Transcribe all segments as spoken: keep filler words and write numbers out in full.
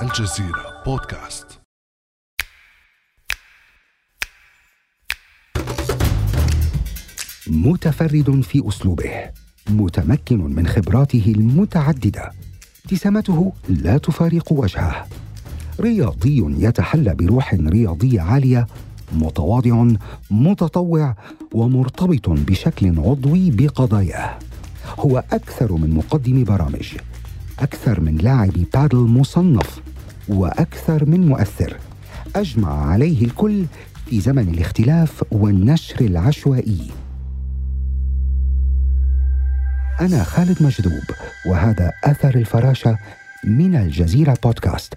الجزيرة بودكاست. متفرد في أسلوبه، متمكن من خبراته المتعددة، ابتسامته لا تفارق وجهه، رياضي يتحلى بروح رياضية عالية، متواضع، متطوع، ومرتبط بشكل عضوي بقضاياه. هو أكثر من مقدم برامج، أكثر من لاعب بادل مصنف، وأكثر من مؤثر. أجمع عليه الكل في زمن الاختلاف والنشر العشوائي. أنا خالد مجذوب، وهذا أثر الفراشة من الجزيرة بودكاست.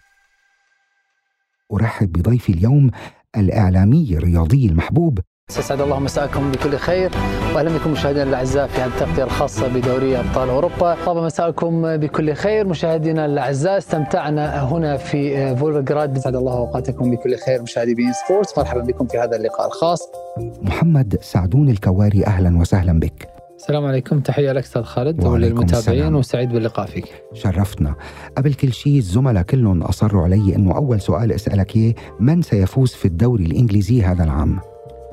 أرحب بضيفي اليوم الإعلامي الرياضي المحبوب. أسعد الله مساءكم بكل خير، وأهلا بكم مشاهدينا الأعزاء في هذه التغطية الخاصة بدوري أبطال أوروبا. طاب مساءكم بكل خير مشاهدينا الأعزاء، استمتعنا هنا في فولغراد. أسعد الله أوقاتكم بكل خير مشاهدي بي إن سبورتس، مرحبا بكم في هذا اللقاء الخاص. محمد سعدون الكواري، أهلا وسهلا بك. السلام عليكم، تحية لك أستاذ خالد وللمتابعين، وسعيد باللقاء فيك. شرفتنا. قبل كل شيء الزملاء كلهم أصروا علي أنه أول سؤال أسألك إيه، من سيفوز في الدوري الإنجليزي هذا العام؟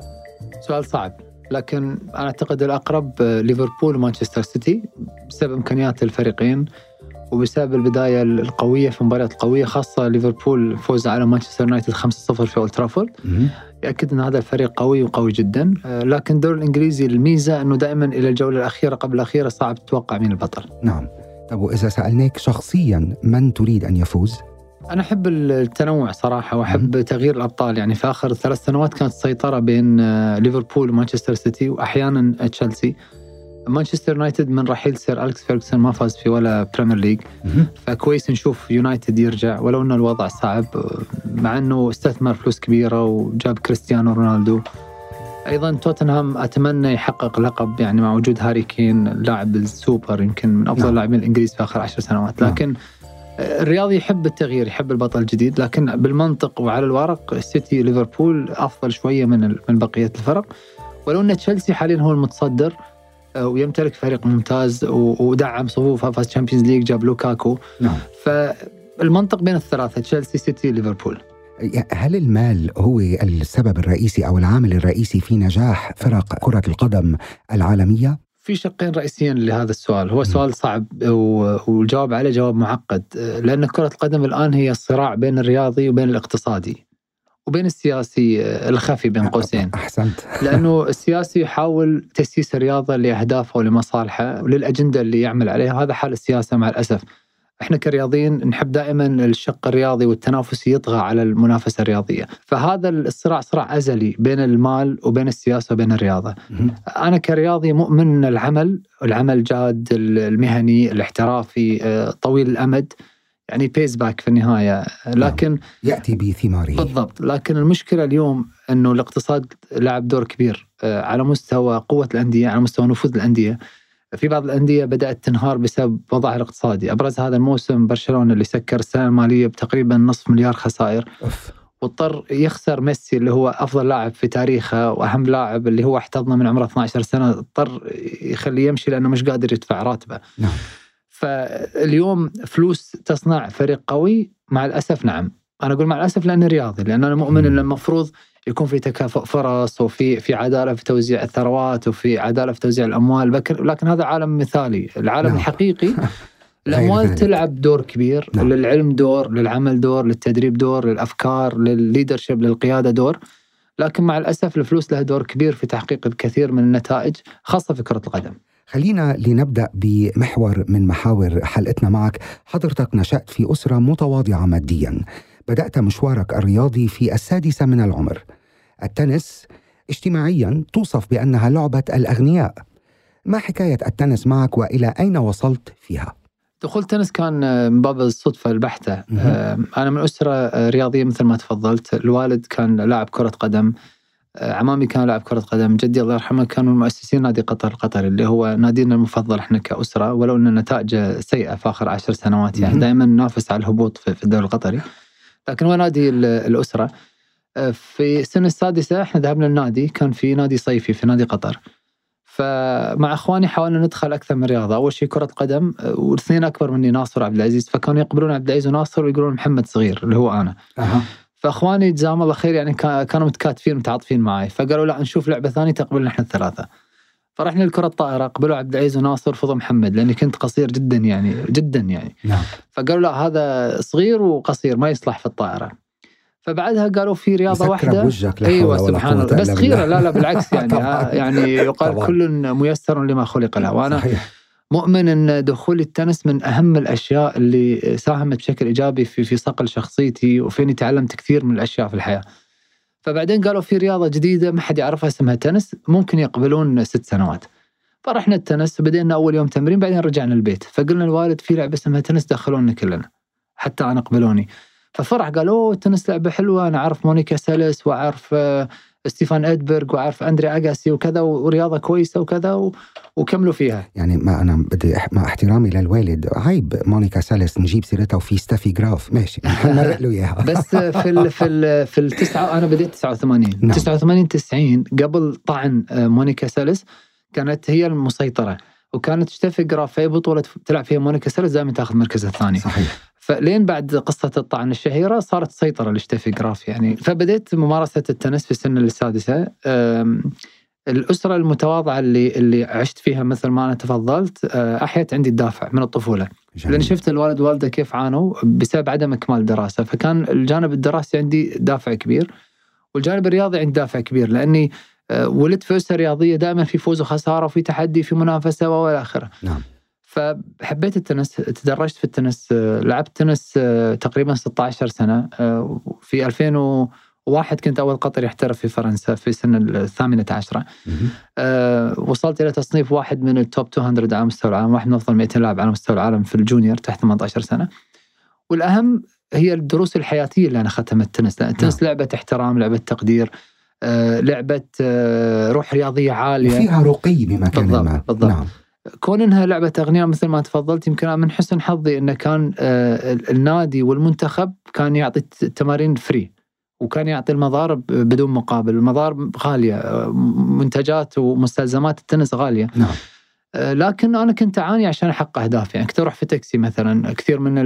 سؤال صعب، لكن أنا أعتقد الأقرب ليفربول ومانشستر سيتي بسبب إمكانيات الفريقين وبسبب البداية القوية في مباريات القوية، خاصة ليفربول فوز على مانشستر يونايتد خمسة صفر في أولد ترافورد يأكد أن هذا الفريق قوي وقوي جدا. لكن الدوري الإنجليزي الميزة أنه دائما إلى الجولة الأخيرة قبل الأخيرة صعب تتوقع مين البطل. نعم. طب وإذا سألناك شخصيا من تريد أن يفوز؟ أنا أحب التنوع صراحة، وأحب تغيير الأبطال. يعني في آخر ثلاث سنوات كانت السيطرة بين ليفربول ومانشستر سيتي وأحيانا تشيلسي. مانشستر يونايتد من رحيل سير أليكس فيرغسون ما فاز في ولا بريمير ليج، فكويس نشوف يونايتد يرجع ولو أن الوضع صعب، مع أنه استثمر فلوس كبيرة وجاب كريستيانو رونالدو. أيضا توتنهام أتمنى يحقق لقب، يعني مع وجود هاري كين لاعب السوبر، يمكن من أفضل لاعبين الإنجليز في آخر عشر سنوات. لكن الرياضي يحب التغيير، يحب البطل الجديد، لكن بالمنطق وعلى الورق السيتي ليفربول أفضل شوية من من بقية الفرق، ولو أن تشيلسي حاليا هو المتصدر ويمتلك فريق ممتاز ودعم صفوفه، فاز تشامبيونز ليج، جاب لوكاكو. نعم. فالمنطق بين الثلاثة تشيلسي سيتي ليفربول. هل المال هو السبب الرئيسي أو العامل الرئيسي في نجاح فرق كرة القدم العالمية؟ في شقين رئيسيين لهذا السؤال، هو سؤال صعب والجواب عليه جواب معقد، لأن كرة القدم الآن هي الصراع بين الرياضي وبين الاقتصادي وبين السياسي الخفي بين قوسين. أحسنت. لأنه السياسي يحاول تسييس الرياضة لأهدافه ولمصالحه وللأجندة اللي يعمل عليها، هذا حال السياسة مع الأسف. إحنا كرياضيين نحب دائما الشق الرياضي والتنافسي يطغى على المنافسة الرياضية، فهذا الصراع صراع أزلي بين المال وبين السياسة وبين الرياضة. أنا كرياضي مؤمن العمل، العمل جاد، المهني الاحترافي طويل الأمد، يعني بيز باك في النهاية، لكن يأتي بثماره. بالضبط. لكن المشكلة اليوم أنه الاقتصاد لعب دور كبير على مستوى قوة الأندية، على مستوى نفوذ الأندية. في بعض الأندية بدأت تنهار بسبب وضعها الاقتصادي، أبرز هذا الموسم برشلونة اللي سكر السنة المالية بتقريبا نصف مليار خسائر، واضطر يخسر ميسي اللي هو أفضل لاعب في تاريخه وأهم لاعب اللي هو احتضنه من عمره اثنتي عشرة سنة، اضطر يخليه يمشي لأنه مش قادر يدفع راتبه. نعم. فاليوم فلوس تصنع فريق قوي مع الأسف. نعم، أنا أقول مع الأسف لأنه رياضي، لأن أنا مؤمن أن المفروض يكون في تكافؤ فرص وفي في عدالة في توزيع الثروات وفي عدالة في توزيع الأموال، لكن هذا عالم مثالي. العالم نعم. الحقيقي الأموال تلعب دور كبير، نعم. للعلم دور، للعمل دور، للتدريب دور، للأفكار، للليدرشيب، للقيادة دور، لكن مع الأسف الفلوس لها دور كبير في تحقيق الكثير من النتائج خاصة في كرة القدم. خلينا لنبدأ بمحور من محاور حلقتنا معك. حضرتك نشأت في أسرة متواضعة ماديا، بدأت مشوارك الرياضي في السادسة من العمر. التنس اجتماعيا توصف بأنها لعبة الأغنياء. ما حكاية التنس معك وإلى أين وصلت فيها؟ دخول التنس كان من باب الصدفة البحتة. أنا من أسرة رياضية مثل ما تفضلت، الوالد كان لاعب كرة قدم، عمامي كان لاعب كرة قدم، جدي الله يرحمه كان من مؤسسين نادي قطر القطري اللي هو نادينا المفضل احنا كأسرة، ولو أن النتائج سيئة في آخر عشر سنوات، يعني دائما نافس على الهبوط في الدوري القطري، لكن هو نادي الأسرة. في سنة السادسة احنا ذهبنا النادي، كان في نادي صيفي في نادي قطر، فمع اخواني حاولنا ندخل اكثر من رياضه. اول شيء كره القدم، والاثنين اكبر مني ناصر وعبد العزيز، فكانوا يقبلون عبد العزيز وناصر ويقولون محمد صغير اللي هو انا. أه. فاخواني جزاهم الله خير يعني كانوا متكاتفين متعاطفين معي، فقالوا لا نشوف لعبه ثانيه تقبلنا احنا الثلاثه. فرحنا لكره الطائره، قبلوا عبد العزيز وناصر، رفضوا محمد لاني كنت قصير جدا يعني جدا يعني. نعم. فقالوا لا هذا صغير وقصير ما يصلح في الطائره. فبعدها قالوا في رياضه واحده. ايوه سبحان الله، بس خيره لا لا بالعكس يعني يعني يقال طبعاً. كل ميسر لما خلق له. وانا صحيح. مؤمن ان دخول التنس من اهم الاشياء اللي ساهمت بشكل ايجابي في في صقل شخصيتي، وفيني تعلمت كثير من الاشياء في الحياه. فبعدين قالوا في رياضه جديده ما حد يعرفها اسمها تنس، ممكن يقبلون ست سنوات. فرحنا التنس، بدينا اول يوم تمرين، بعدين رجعنا البيت، فقلنا الوالد في لعبه اسمها تنس دخلونا كلنا حتى انا قبلوني. ففرح قالوا التنس لعبه حلوه، انا اعرف مونيكا سيلس واعرف ستيفان إدبرغ واعرف أندري أغاسي وكذا، ورياضه كويسه وكذا و... وكملوا فيها. يعني ما انا بدي مع احترامي للوالد، عيب مونيكا سيلس نجيب سيرتها وفي ستافي جراف ماشي نمرق له اياها. بس في ال في ال في التسعه انا بديت تسعة وثمانين نعم. تسعة وثمانين تسعين قبل طعن مونيكا سيلس كانت هي المسيطره، وكانت ستافي جراف في بطوله تلعب فيها مونيكا سيلس دائما تاخذ المركز الثاني. صحيح. فلين بعد قصة الطعن الشهيرة صارت سيطرة لشتيفي جراف يعني. فبديت ممارسة التنس في السنة السادسة. الأسرة المتواضعة اللي اللي عشت فيها مثل ما أنا تفضلت أحيت عندي الدافع من الطفولة. جميل. لأن شفت الوالد والدة كيف عانوا بسبب عدم إكمال دراسة، فكان الجانب الدراسي عندي دافع كبير، والجانب الرياضي عندي دافع كبير، لأني ولدت في أسرة رياضية دائما في فوز وخسارة وفي تحدي في منافسة وإلى آخره. نعم. فحبيت التنس، تدرجت في التنس، لعبت تنس تقريبا ستة عشر سنة. في ألفين وواحد كنت أول قطري يحترف في فرنسا في سنة الثامنة عشرة. وصلت إلى تصنيف واحد من التوب مئتين على مستوى العالم، واحد من أفضل مئتين لاعب على مستوى العالم في الجونيور تحت ثمانية عشر سنة. والأهم هي الدروس الحياتية اللي أنا أخذتها من التنس، لأن التنس لعبة احترام، لعبة تقدير، لعبة روح رياضية عالية وفيها رقي بمكان بالضبط ما. بالضبط. نعم. كون إنها لعبة أغنياء مثل ما تفضلت، يمكن من حسن حظي إنه كان النادي والمنتخب كان يعطي التمارين فري، وكان يعطي المضارب بدون مقابل. المضارب غالية، منتجات ومستلزمات التنس غالية. نعم. لكن أنا كنت أعاني عشان أحقق أهدافي يعني. كنت أروح في تاكسي مثلا، كثير من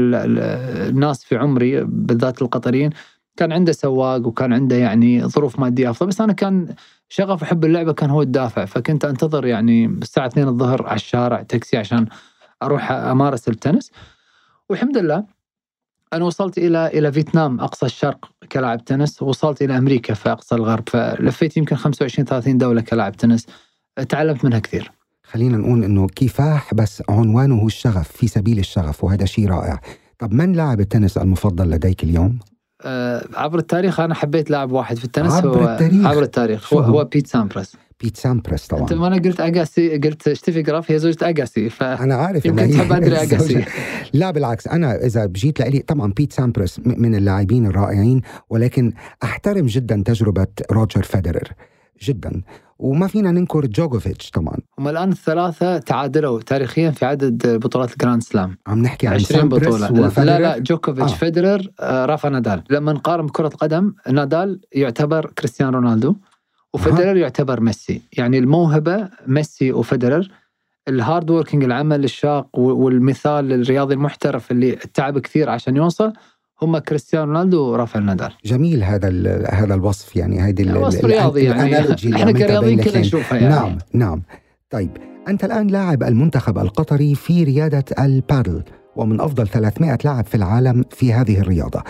الناس في عمري بالذات القطريين كان عنده سواق وكان عنده يعني ظروف مادية أفضل، بس أنا كان شغف وحب اللعبة كان هو الدافع. فكنت أنتظر يعني الساعة اثنين الظهر على الشارع تاكسي عشان أروح أمارس التنس. والحمد لله أنا وصلت إلى إلى فيتنام أقصى الشرق كلاعب تنس، ووصلت إلى أمريكا في أقصى الغرب، فلفيت يمكن خمسة وعشرين ثلاثين دولة كلاعب تنس، تعلمت منها كثير. خلينا نقول إنه كفاح بس عنوانه الشغف في سبيل الشغف، وهذا شيء رائع. طب من لاعب التنس المفضل لديك اليوم؟ أه عبر التاريخ أنا حبيت لاعب واحد في التنس. عبر هو التاريخ عبر التاريخ هو, هو بيت سامبرس. بيت سامبرس طبعا. أنت ما أنا قلت أغاسي، قلت ستيفي جراف هي زوجة أغاسي، فأنا عارف يمكن تحب أدري أغاسي. لا بالعكس، أنا إذا بجيت لإلي طبعا بيت سامبرس من اللاعبين الرائعين، ولكن أحترم جدا تجربة روجر فيدرر جدا، وما فينا ننكر جوكوفيتش طبعا. هم الآن الثلاثة تعادلوا تاريخيا في عدد بطولات الجراند سلام. عم نحكي عن عشرين بطولة. لا لا جوكوفيتش آه. فيدرر آه، رافا نادال. لما نقارن بكرة القدم، نادال يعتبر كريستيانو رونالدو، وفيدرر آه. يعتبر ميسي. يعني الموهبة ميسي وفيدرر، الهارد ووركينج العمل الشاق والمثال الرياضي المحترف اللي تعب كثير عشان يوصل، هم كريستيانو رونالدو ورافائيل نادال. جميل هذا هذا الوصف يعني، هذه وصف رياضي يعني احنا كرياضيين كلنا نشوفها يعني. نعم نعم. طيب أنت الآن لاعب المنتخب القطري في رياضة البادل، ومن أفضل ثلاثمائة لاعب في العالم في هذه الرياضة.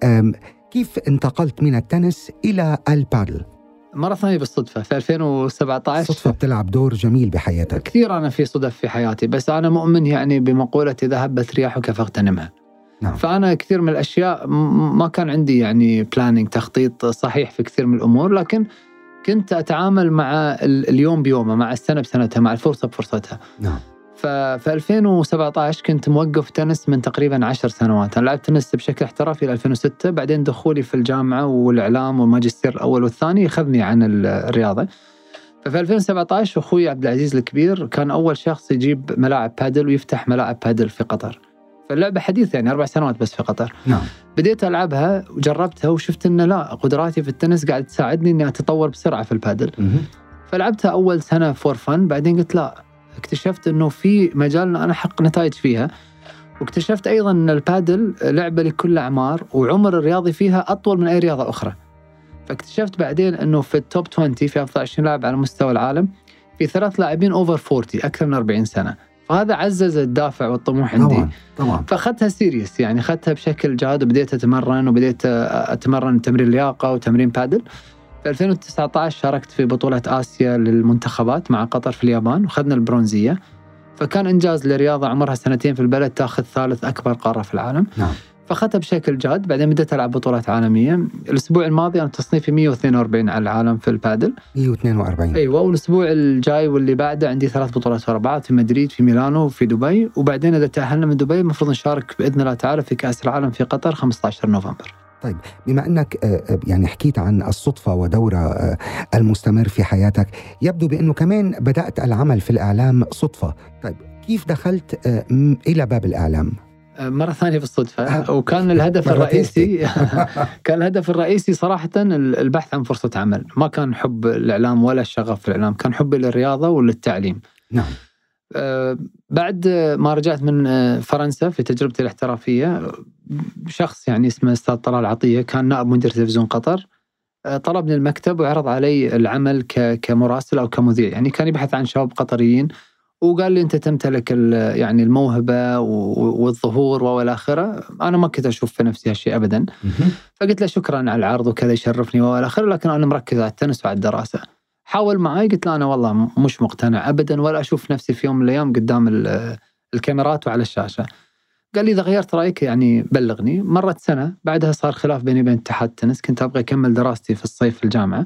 كيف انتقلت من التنس إلى البادل؟ مرة ثانية بالصدفة في ألفين وسبعة عشر. الصدفة بتلعب دور جميل بحياتك. كثير أنا في صدف في حياتي، بس أنا مؤمن يعني بمقولة إذا هبت رياحك فاغتنمها. نعم. فأنا كثير من الأشياء ما كان عندي يعني بلانينج، تخطيط صحيح في كثير من الأمور، لكن كنت أتعامل مع اليوم بيومه، مع السنة بسنتها، مع الفرصة بفرصتها. نعم. ففي ألفين وسبعة عشر كنت موقف تنس من تقريبا عشر سنوات. أنا لعبت تنس بشكل احترافي إلى ألفين وستة، بعدين دخولي في الجامعة والإعلام والماجستير الأول والثاني خذني عن الرياضة. ففي ألفين وسبعة عشر أخوي عبد العزيز الكبير كان أول شخص يجيب ملاعب بادل ويفتح ملاعب بادل في قطر. فاللعبة حديثة يعني أربع سنوات بس في قطر. نعم. بديت ألعبها وجربتها وشفت إن لا، قدراتي في التنس قاعد تساعدني إني أتطور بسرعة في البادل. فلعبتها أول سنة فور فن، بعدين قلت لا، اكتشفت أنه في مجال أنا أحقق نتائج فيها، واكتشفت أيضا أن البادل لعبة لكل أعمار، وعمر الرياضي فيها أطول من أي رياضة أخرى. فاكتشفت بعدين أنه في التوب عشرين في أفضل عشرين لاعب على مستوى العالم في ثلاث لاعبين أوفر أربعين، أكثر من أربعين سنة. فهذا عزز الدافع والطموح عندي. طبعا طبعا. فأخذتها سيريس، يعني أخذتها بشكل جاد، وبديت أتمرن وبديت أتمرن تمرين لياقة وتمرين بادل. في ألفين وتسعة عشر شاركت في بطولة آسيا للمنتخبات مع قطر في اليابان، وخذنا البرونزية. فكان إنجاز لرياضة عمرها سنتين في البلد تأخذ ثالث أكبر قارة في العالم. نعم. فأخذتها بشكل جاد. بعدين بديت ألعب بطولات عالمية. الأسبوع الماضي أنا تصنيفي مية واثنين وأربعين على العالم في البادل. مية واثنين وأربعين. أيوة. والأسبوع الجاي واللي بعده عندي ثلاث بطولات ورا بعض، في مدريد، في ميلانو، وفي دبي. وبعدين إذا تأهلنا من دبي المفروض نشارك بإذن الله تعالى في كأس العالم في قطر خمسة عشر نوفمبر. طيب، بما أنك يعني حكيت عن الصدفة ودورة المستمر في حياتك، يبدو بأنه كمان بدأت العمل في الإعلام صدفة. طيب، كيف دخلت إلى باب الإعلام؟ مرة ثانية بالصدفة. وكان الهدف الرئيسي كان الهدف الرئيسي صراحة البحث عن فرصة عمل. ما كان حب الإعلام ولا الشغف في الإعلام، كان حبي للرياضة وللتعليم. نعم. أه بعد ما رجعت من فرنسا في تجربتي الاحترافية، شخص يعني اسمه أستاذ طلال عطية، كان نائب مدير تلفزيون قطر، طلبني المكتب وعرض علي العمل كمراسل أو كمذيع. يعني كان يبحث عن شباب قطريين، وقال لي أنت تمتلك يعني الموهبة والظهور والآخرة. أنا ما كنت أشوف في نفسي هالشيء أبدا. فقلت له شكرا على العرض وكذا، يشرفني والآخرة، لكن أنا مركز على التنس وعلى الدراسة. حاول معي. قلت له أنا والله مش مقتنع أبدا، ولا أشوف نفسي في يوم من الأيام قدام الكاميرات وعلى الشاشة. قال لي إذا غيرت رأيك يعني بلغني. مرت سنة، بعدها صار خلاف بيني وبين اتحاد التنس. كنت أبغى أكمل دراستي في الصيف في الجامعة،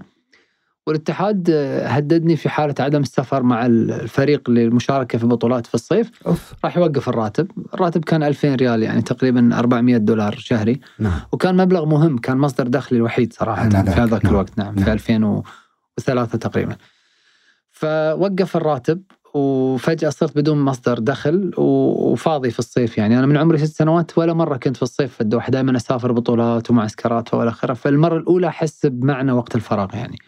والاتحاد هددني في حالة عدم السفر مع الفريق للمشاركة في بطولات في الصيف أوف. راح يوقف الراتب. الراتب كان ألفين ريال، يعني تقريبا أربعمية دولار شهري. نعم. وكان مبلغ مهم، كان مصدر دخلي الوحيد صراحة في هذاك نعم. الوقت. نعم. نعم. في ألفين وثلاثة تقريبا. فوقف الراتب، وفجأة صرت بدون مصدر دخل وفاضي في الصيف. يعني أنا من عمري ست سنوات ولا مرة كنت في الصيف في الدوحة، دائما أسافر بطولات ومعسكرات والآخرة. فالمرة الأولى أحس بمعنى وقت الفراغ يعني.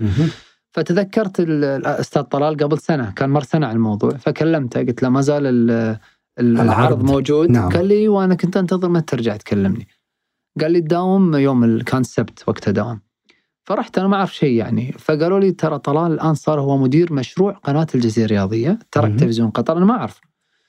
فتذكرت الأستاذ طلال قبل سنة، كان مر سنة على الموضوع، فكلمته قلت له ما زال العرض موجود. نعم. قال لي وأنا كنت أنتظر ما ترجع تكلمني. قال لي الداوم يوم كان السبت وقتها دوام. فرحت أنا ما أعرف شيء يعني. فقالوا لي ترى طلال الآن صار هو مدير مشروع قناة الجزيرة الرياضية، ترك تلفزيون قطر. أنا ما أعرف.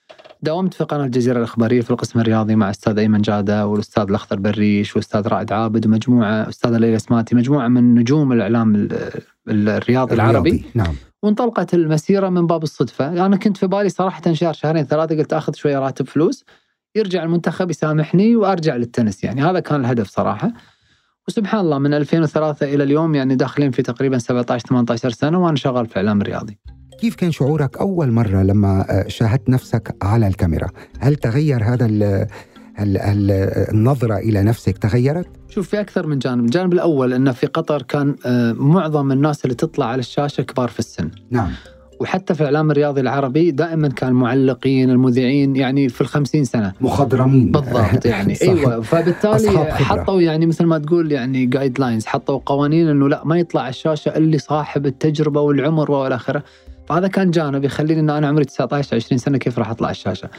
داومت في قناة الجزيرة الإخبارية في القسم الرياضي مع أستاذ أيمن جادة والأستاذ الأخضر بريش والأستاذ رائد عابد ومجموعة، أستاذ ليلى سماتي، مجموعة من نجوم الإعلام الرياضي العربي. نعم. وانطلقت المسيرة من باب الصدفة. أنا كنت في بالي صراحة شهر شهرين ثلاثة قلت أخذ شوية راتب فلوس، يرجع المنتخب يسامحني وأرجع للتنس. يعني هذا كان الهدف صراحة. وسبحان الله من ألفين وثلاثة إلى اليوم يعني داخلين في تقريبا سبعة عشر ثمانية عشر سنة وأنا شغال في إعلام رياضي. كيف كان شعورك أول مرة لما شاهدت نفسك على الكاميرا؟ هل تغير هذا ال ال ال النظرة إلى نفسك تغيرت؟ شوف، في أكثر من جانب. الجانب الأول أنه في قطر كان معظم الناس اللي تطلع على الشاشة كبار في السن. نعم. وحتى في الإعلام الرياضي العربي دائما كان المعلقين المذيعين يعني في الخمسين سنة مخضرمين بالضبط يعني. أيوة. فبالتالي حطوا يعني مثل ما تقول يعني جايد لاينز، حطوا قوانين أنه لا ما يطلع على الشاشة اللي صاحب التجربة والعمر والآخرة. فهذا كان جانب يخليني أنه أنا عمري تسعة عشر عشرين سنة كيف راح أطلع على الشاشة.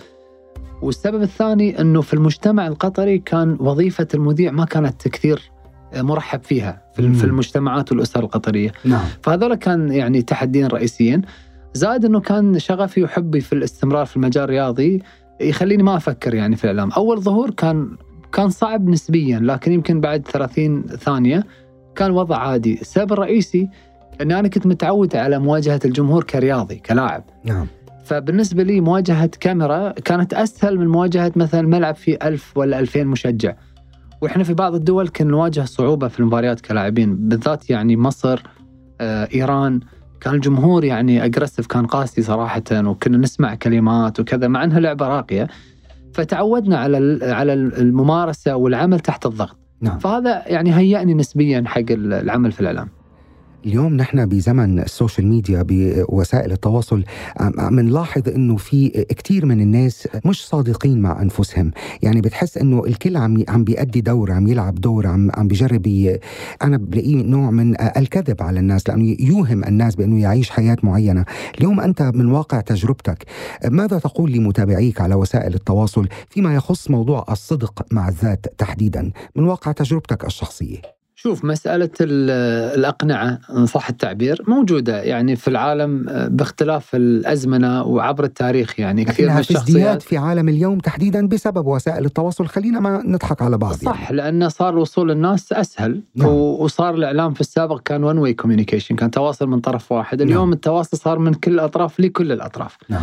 والسبب الثاني أنه في المجتمع القطري كان وظيفة المذيع ما كانت كثير مرحب فيها في, في المجتمعات والأسر القطرية. نعم. فهذول كان يعني تحديين رئيسيين. زائد أنه كان شغفي وحبي في الاستمرار في المجال الرياضي يخليني ما أفكر يعني في الإعلام. أول ظهور كان كان صعب نسبيا، لكن يمكن بعد ثلاثين ثانية كان وضع عادي. السبب الرئيسي أن أنا كنت متعود على مواجهة الجمهور كرياضي كلاعب. نعم. فبالنسبة لي مواجهة كاميرا كانت أسهل من مواجهة مثلا ملعب فيه ألف ولا ألفين مشجع. وإحنا في بعض الدول كنا نواجه صعوبة في المباريات كلاعبين، بالذات يعني مصر، آه، إيران. كان الجمهور يعني أجريسيف، كان قاسي صراحة، وكنا نسمع كلمات وكذا مع أنها لعبة راقية. فتعودنا على على الممارسة والعمل تحت الضغط. نعم. فهذا يعني هيأني نسبيا حق العمل في الإعلام. اليوم نحن بزمن السوشيال ميديا بوسائل التواصل عم نلاحظ انه في كتير من الناس مش صادقين مع انفسهم، يعني بتحس انه الكل عم عم بيأدي دور، عم يلعب دور، عم عم بيجرب ي... انا بلاقيه نوع من الكذب على الناس لانه يوهم الناس بانه يعيش حياة معينة. اليوم انت من واقع تجربتك ماذا تقول لمتابعيك على وسائل التواصل فيما يخص موضوع الصدق مع الذات تحديدا من واقع تجربتك الشخصية؟ شوف، مسألة الأقنعة إن صح التعبير موجودة يعني في العالم باختلاف الأزمنة وعبر التاريخ، يعني كثير من الشخصيات في عالم اليوم تحديدا بسبب وسائل التواصل. خلينا ما نضحك على بعض. صح يعني. لأنه صار وصول الناس أسهل. نعم. وصار الإعلام في السابق كان one way communication، كان تواصل من طرف واحد. اليوم نعم. التواصل صار من كل الأطراف لكل الأطراف. نعم.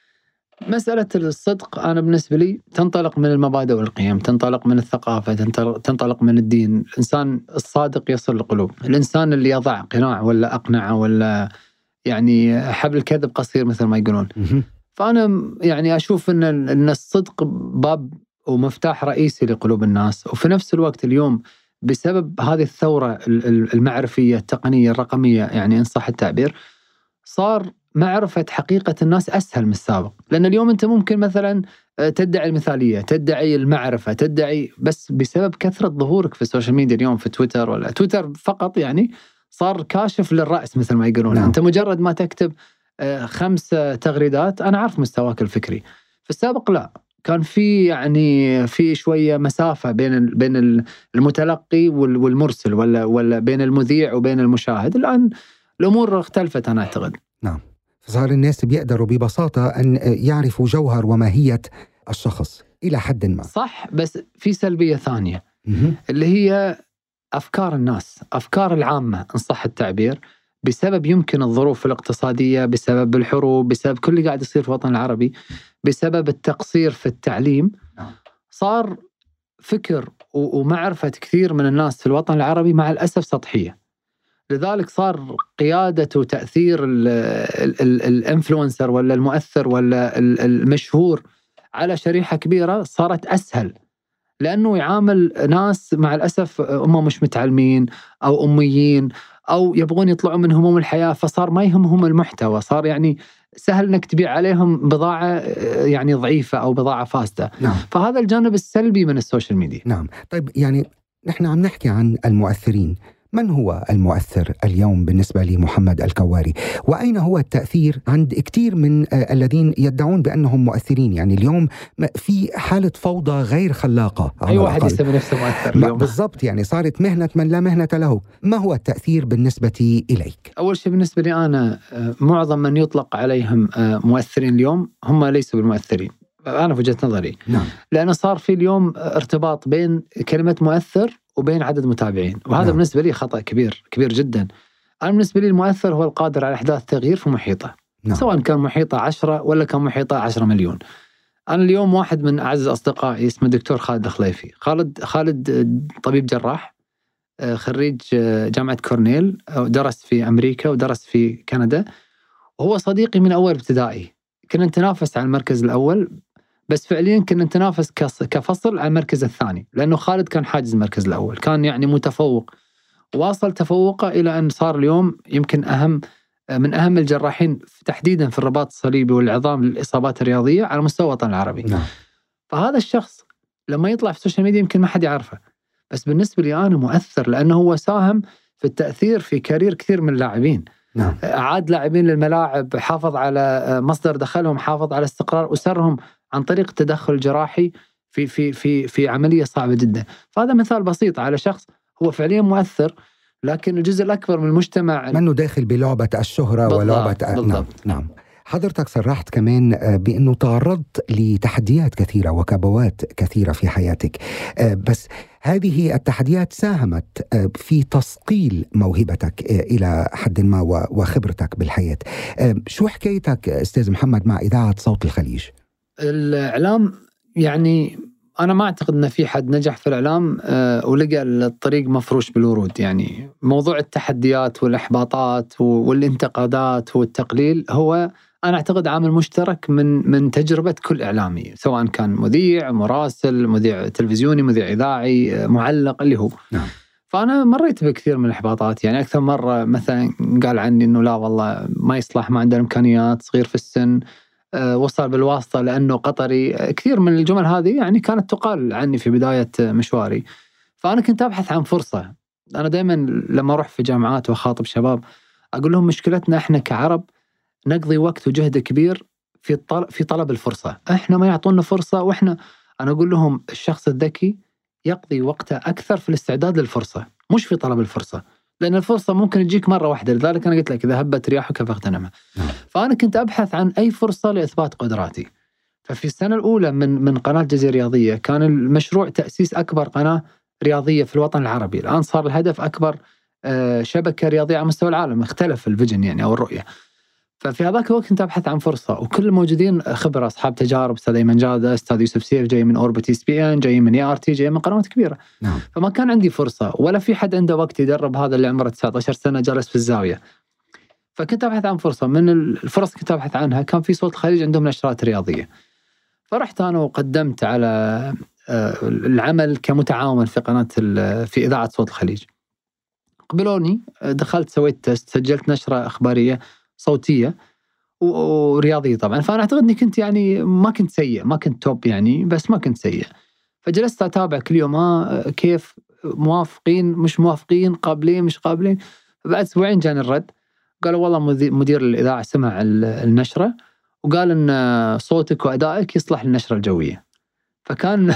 مسألة الصدق أنا بالنسبة لي تنطلق من المبادئ والقيم، تنطلق من الثقافة، تنطلق من الدين. الإنسان الصادق يصل القلوب. الإنسان اللي يضع قناع ولا أقنعة ولا يعني حبل الكذب قصير مثل ما يقولون. فأنا يعني أشوف أن أن الصدق باب ومفتاح رئيسي لقلوب الناس. وفي نفس الوقت اليوم بسبب هذه الثورة المعرفية التقنية الرقمية، يعني إن صح التعبير، صار معرفة حقيقة الناس أسهل من السابق. لأن اليوم أنت ممكن مثلا تدعي المثالية، تدعي المعرفة، تدعي، بس بسبب كثرة ظهورك في السوشيال ميديا اليوم في تويتر ولا تويتر فقط، يعني صار كاشف للرأس مثل ما يقولون. نعم. أنت مجرد ما تكتب خمس تغريدات أنا عارف مستواك الفكري. في السابق لا، كان في يعني في شوية مسافة بين بين المتلقي والمرسل ولا ولا بين المذيع وبين المشاهد. الآن الأمور اختلفت أنا أعتقد. نعم. صار الناس بيقدروا ببساطة أن يعرفوا جوهر وماهية الشخص إلى حد ما. صح، بس في سلبية ثانية اللي هي أفكار الناس، أفكار العامة إن صح التعبير، بسبب يمكن الظروف الاقتصادية، بسبب الحروب، بسبب كل اللي قاعد يصير في الوطن العربي، بسبب التقصير في التعليم، صار فكر ومعرفة كثير من الناس في الوطن العربي مع الأسف سطحية. لذلك صار قيادة وتأثير الانفلونسر ولا المؤثر ولا المشهور على شريحة كبيرة صارت أسهل، لأنه يعامل ناس مع الأسف هم مش متعلمين أو أميين أو يبغون يطلعوا من هموم الحياة، فصار ما يهمهم المحتوى، صار يعني سهل أنك تبيع عليهم بضاعة يعني ضعيفة أو بضاعة فاسدة. نعم. فهذا الجانب السلبي من السوشيال ميديا. نعم. طيب يعني نحن عم نحكي عن المؤثرين. من هو المؤثر اليوم بالنسبة لمحمد الكواري؟ وأين هو التأثير عند كتير من الذين يدعون بأنهم مؤثرين؟ يعني اليوم في حالة فوضى غير خلاقة. أي واحد يسمي نفسه مؤثر اليوم. بالضبط، يعني صارت مهنة من لا مهنة له. ما هو التأثير بالنسبة إليك؟ أول شيء بالنسبة لي أنا، معظم من يطلق عليهم مؤثرين اليوم هم ليسوا بالمؤثرين، أنا في وجهة نظري. نعم. لأن صار في اليوم ارتباط بين كلمة مؤثر وبين عدد متابعين، وهذا نعم. بالنسبة لي خطأ كبير كبير جدا. أنا بالنسبة لي المؤثر هو القادر على إحداث تغيير في محيطه. نعم. سواء كان محيطه عشرة ولا كان محيطه عشرة مليون. أنا اليوم واحد من أعز أصدقائي اسمه الدكتور خالد الخليفي. خالد خالد طبيب جراح، خريج جامعة كورنيل، درس في أمريكا ودرس في كندا، وهو صديقي من أول ابتدائي. كنا نتنافس على المركز الأول، بس فعليا كنا نتنافس كفصل على المركز الثاني، لأنه خالد كان حاجز المركز الأول، كان يعني متفوق، واصل تفوقه إلى أن صار اليوم يمكن أهم من أهم الجراحين تحديدا في الرباط الصليبي والعظام للإصابات الرياضية على مستوى الوطن العربي. نعم. فهذا الشخص لما يطلع في السوشيال ميديا يمكن ما حد يعرفه، بس بالنسبة لي أنا مؤثر، لأنه هو ساهم في التأثير في كارير كثير من اللاعبين. نعم. أعاد لاعبين للملاعب، حافظ على مصدر دخلهم، حافظ على استقرار أسرهم عن طريق تدخل جراحي في في في في عملية صعبة جدا. فهذا مثال بسيط على شخص هو فعليا مؤثر، لكن الجزء الأكبر من المجتمع منه داخل بلعبة الشهرة ولعبة. بالضبط. نعم. نعم. حضرتك صرحت كمان بأنه تعرضت لتحديات كثيرة وكبوات كثيرة في حياتك، بس هذه التحديات ساهمت في تصقيل موهبتك إلى حد ما وخبرتك بالحياة. شو حكايتك أستاذ محمد مع إذاعة صوت الخليج؟ الإعلام يعني أنا ما أعتقد أن في حد نجح في الإعلام ولقى الطريق مفروش بالورود. يعني موضوع التحديات والإحباطات والانتقادات والتقليل هو أنا أعتقد عامل مشترك من من تجربة كل إعلامي، سواء كان مذيع، مراسل، مذيع تلفزيوني، مذيع إذاعي، معلق، اللي هو. نعم. فأنا مريت بكثير من الإحباطات، يعني أكثر مرة مثلا قال عني إنه لا والله ما يصلح، ما عنده إمكانيات، صغير في السن، أه وصل بالواسطة لأنه قطري. كثير من الجمل هذه يعني كانت تقال عني في بداية مشواري. فأنا كنت أبحث عن فرصة. أنا دائما لما أروح في جامعات وأخاطب شباب أقول لهم مشكلتنا إحنا كعرب نقضي وقت وجهد كبير في طلب في طلب الفرصة، إحنا ما يعطونا فرصة. وإحنا أنا أقول لهم الشخص الذكي يقضي وقته أكثر في الاستعداد للفرصة مش في طلب الفرصة، لأن الفرصة ممكن تجيك مرة واحدة. لذلك أنا قلت لك إذا هبت رياحك فاغتنمها. فأنا كنت أبحث عن أي فرصة لإثبات قدراتي. ففي السنة الأولى من من قناة جزيرة رياضية كان المشروع تأسيس أكبر قناة رياضية في الوطن العربي. الآن صار الهدف أكبر شبكة رياضية على مستوى العالم، اختلف الفيجن يعني أو الرؤية. ففي هذاك الوقت كنت أبحث عن فرصة، وكل الموجودين خبرة، أصحاب تجارب، أستاذ أيمن جادة، أستاذ يوسف سيف جاي من أوربت إس بي إن، جاي من إي آر تي، جاي من قنوات كبيرة. نعم. فما كان عندي فرصة ولا في حد عنده وقت يدرب هذا اللي عمره تسعة عشر سنة جالس في الزاوية. فكنت أبحث عن فرصة. من الفرص كنت أبحث عنها كان في صوت الخليج عندهم نشرات رياضية، فرحت أنا وقدمت على العمل كمتعاون في قناة في إذاعة صوت الخليج. قبلوني، دخلت سويت تست، سجلت نشرة إخبارية صوتية ورياضية طبعا. فأنا أعتقد أني كنت يعني ما كنت سيء، ما كنت توب يعني، بس ما كنت سيء. فجلست أتابع كل يوم ها كيف موافقين مش موافقين، قابلين مش قابلين. بعد أسبوعين جاني الرد، قالوا والله مدير الإذاعة سمع النشرة وقال أن صوتك وأدائك يصلح للنشرة الجوية. فكان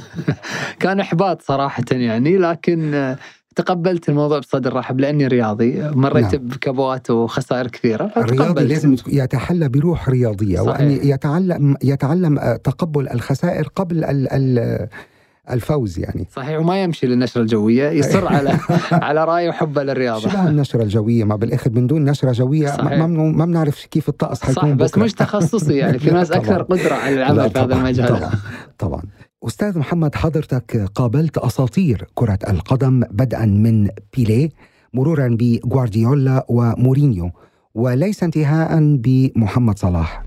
كان إحباط صراحة يعني، لكن تقبلت الموضوع بصدر رحب لأني رياضي، مريت نعم. بكبوات وخسائر كثيرة. الرياضي لازم يتحلى بروح رياضية، صحيح. وأن يتعلم يتعلم تقبل الخسائر قبل ال ال الفوز يعني. صحيح. وما يمشي للنشرة الجوية، يصر على على رأيه وحبه للرياضة. شبه النشرة الجوية، ما بالآخر من دون نشرة جوية ما ما بنعرف كيف الطقس حيكون بكرة. بس مش تخصصي يعني، في ناس أكثر قدرة على العمل في هذا المجال. طبعا. طبعا. أستاذ محمد، حضرتك قابلت أساطير كرة القدم بدءا من بيليه مرورا بغوارديولا ومورينيو، وليس انتهاء بمحمد صلاح.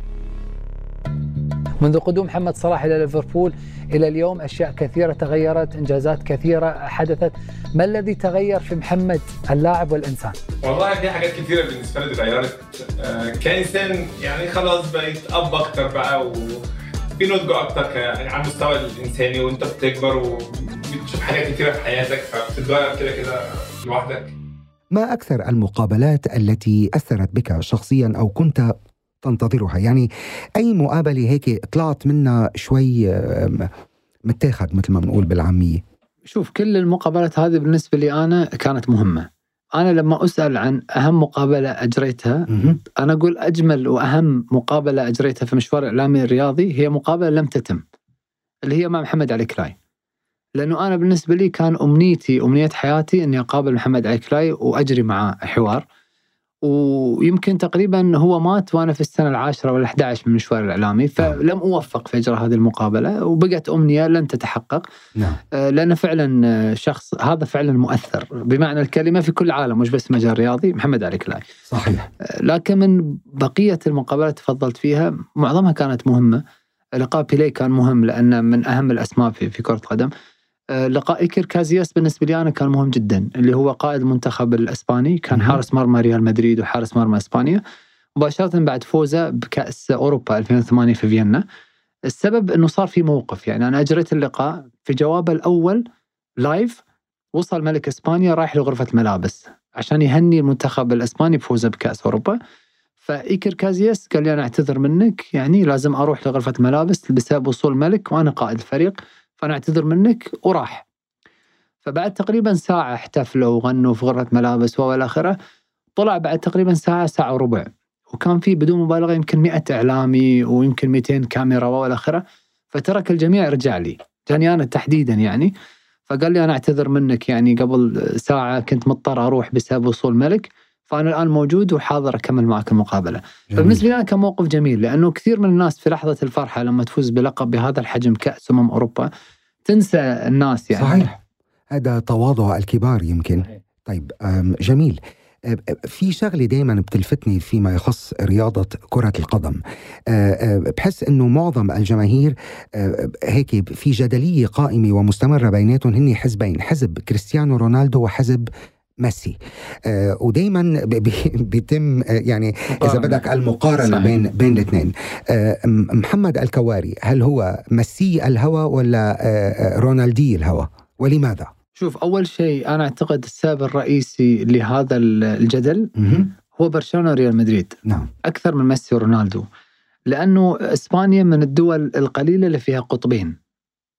منذ قدوم محمد صلاح إلى ليفربول إلى اليوم أشياء كثيرة تغيرت، إنجازات كثيرة حدثت. ما الذي تغير في محمد اللاعب والإنسان؟ والله في حاجات كثيرة بالنسبة لي تغيرت. آه كإنسان يعني خلاص بقيت أب أكتر بقى، وفي نضج أكتر على المستوى الإنساني، وأنت بتكبر وبتشوف حاجات كثيرة في حياتك، فبتتغير كده كده لوحدك. ما أكثر المقابلات التي أثرت بك شخصيا أو كنت تنتظرها؟ يعني أي مقابلة هيك طلعت منها شوي متاخد مثل ما بنقول بالعامية؟ شوف، كل المقابلات هذه بالنسبة لي أنا كانت مهمة. أنا لما أسأل عن أهم مقابلة أجريتها، أنا أقول أجمل وأهم مقابلة أجريتها في مشوار الإعلامي الرياضي هي مقابلة لم تتم، اللي هي مع محمد علي كلاي. لأنه أنا بالنسبة لي كان أمنيتي أمنية حياتي أني أقابل محمد علي كلاي وأجري معه حوار. ويمكن تقريبا هو مات وأنا في السنة العاشرة ولا أحد عشر من مشوار الإعلامي، فلم أوفق في إجراء هذه المقابلة، وبقت أمنية لن تتحقق. نعم. لأنه فعلا شخص هذا فعلا مؤثر بمعنى الكلمة في كل العالم، مش بس مجال رياضي، محمد علي كلاي. صحيح. لكن من بقية المقابلات تفضلت فيها معظمها كانت مهمة. لقاء بيليه كان مهم لأنه من أهم الأسماء في في كرة قدم. لقاء إيكر كازياس بالنسبة لي أنا كان مهم جدا، اللي هو قائد المنتخب الإسباني، كان حارس مرمى ريال مدريد وحارس مرمى إسبانيا، مباشرة بعد فوزه بكأس أوروبا ألفين وثمانية في فيينا. السبب أنه صار في موقف، يعني أنا أجريت اللقاء في جوابه الأول لايف، وصل ملك إسبانيا رايح لغرفة الملابس عشان يهني المنتخب الإسباني بفوزه بكأس أوروبا. فإيكر كازياس قال لي أنا أعتذر منك، يعني لازم أروح لغرفة الملابس بسبب وصول ملك وأنا قائد الفريق، فأنا أعتذر منك، وراح. فبعد تقريبا ساعة احتفلوا وغنوا في غرفة ملابس والآخرة. طلع بعد تقريبا ساعة ساعة وربع، وكان في بدون مبالغة يمكن مئة إعلامي ويمكن مئتين كاميرا والآخرة. فترك الجميع، رجع لي، جاني أنا تحديدا يعني، فقال لي أنا أعتذر منك، يعني قبل ساعة كنت مضطر أروح بسبب وصول ملك، فأنا الآن موجود وحاضر أكمل معك المقابلة. فبالنسبة لي أنا كان موقف جميل، لأنه كثير من الناس في لحظة الفرحة لما تفوز بلقب بهذا الحجم كأس أمم أوروبا تنسى الناس يعني. صحيح، هذا تواضع الكبار يمكن. طيب جميل. في شغلة دايما بتلفتني فيما يخص رياضة كرة القدم، بحس أنه معظم الجماهير هيك في جدلية قائمة ومستمرة بيناتهم، هن حزبين، حزب كريستيانو رونالدو وحزب ميسي. آه ودايما بيتم آه يعني إذا بدك المقارنة صحيح. بين بين الاثنين. آه محمد الكواري، هل هو ميسي الهوى ولا آه رونالدي الهوى، ولماذا؟ شوف، أول شيء أنا أعتقد السبب الرئيسي لهذا الجدل م- هو برشلونة وريال مدريد. نعم. أكثر من ميسي ورونالدو، لأنه إسبانيا من الدول القليلة اللي فيها قطبين.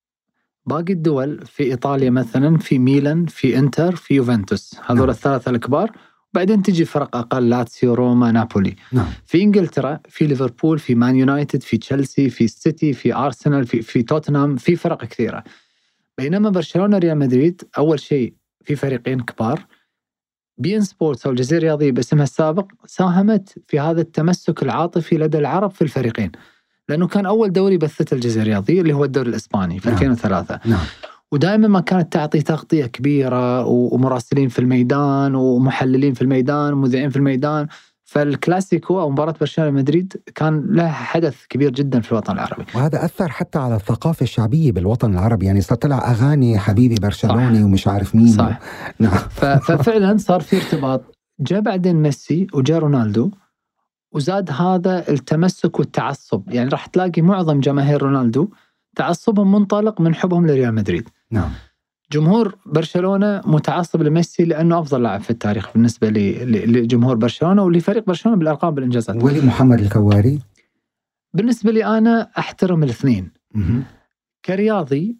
باقي الدول في إيطاليا مثلا في ميلان، في إنتر، في يوفنتوس، هذول نعم. الثلاثة الكبار، وبعدين تجي فرق أقل، لاتسيو، روما، نابولي. نعم. في إنجلترا في ليفربول، في مان يونايتد، في تشيلسي، في سيتي، في أرسنال، في, في توتنهام، في فرق كثيرة. بينما برشلونة ريال مدريد أول شيء في فريقين كبار. بي إن سبورتس أو الجزيرة الرياضية باسمها السابق ساهمت في هذا التمسك العاطفي لدى العرب في الفريقين، لأنه كان أول دوري بثته الجزيرة الرياضية اللي هو الدوري الإسباني في نعم. ألفين وثلاثة. نعم. ودائما ما كانت تعطي تغطية كبيرة ومراسلين في الميدان ومحللين في الميدان ومذيعين في الميدان. فالكلاسيكو أو مباراة برشلونة مدريد كان له حدث كبير جدا في الوطن العربي، وهذا أثر حتى على الثقافة الشعبية بالوطن العربي. يعني صار طلع أغاني حبيبي برشلوني ومش عارف مين صح. و... نعم. ففعلا صار في ارتباط. جاء بعدين ميسي وجاء رونالدو وزاد هذا التمسك والتعصب. يعني راح تلاقي معظم جماهير رونالدو تعصبهم منطلق من حبهم لريال مدريد. نعم. جمهور برشلونة متعصب لميسي لأنه أفضل لاعب في التاريخ بالنسبة لجمهور برشلونة ولفريق برشلونة بالأرقام بالإنجازات. ولي محمد الكواري بالنسبة لي أنا أحترم الاثنين. م- كرياضي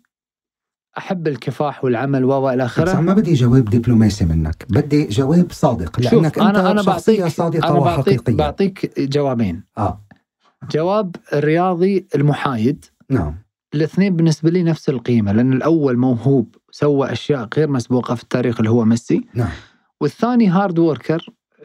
أحب الكفاح والعمل وإلى آخره. بس ما بدي جواب دبلوماسي منك، بدي جواب صادق، لأنك أنت أنا أنا شخصية صادقة أنا وحقيقية. بعطيك جوابين. آه. جواب الرياضي المحايد. نعم. الاثنين بالنسبة لي نفس القيمة، لأن الأول موهوب سوى أشياء غير مسبوقة في التاريخ اللي هو ميسي. نعم. والثاني هارد ووركر،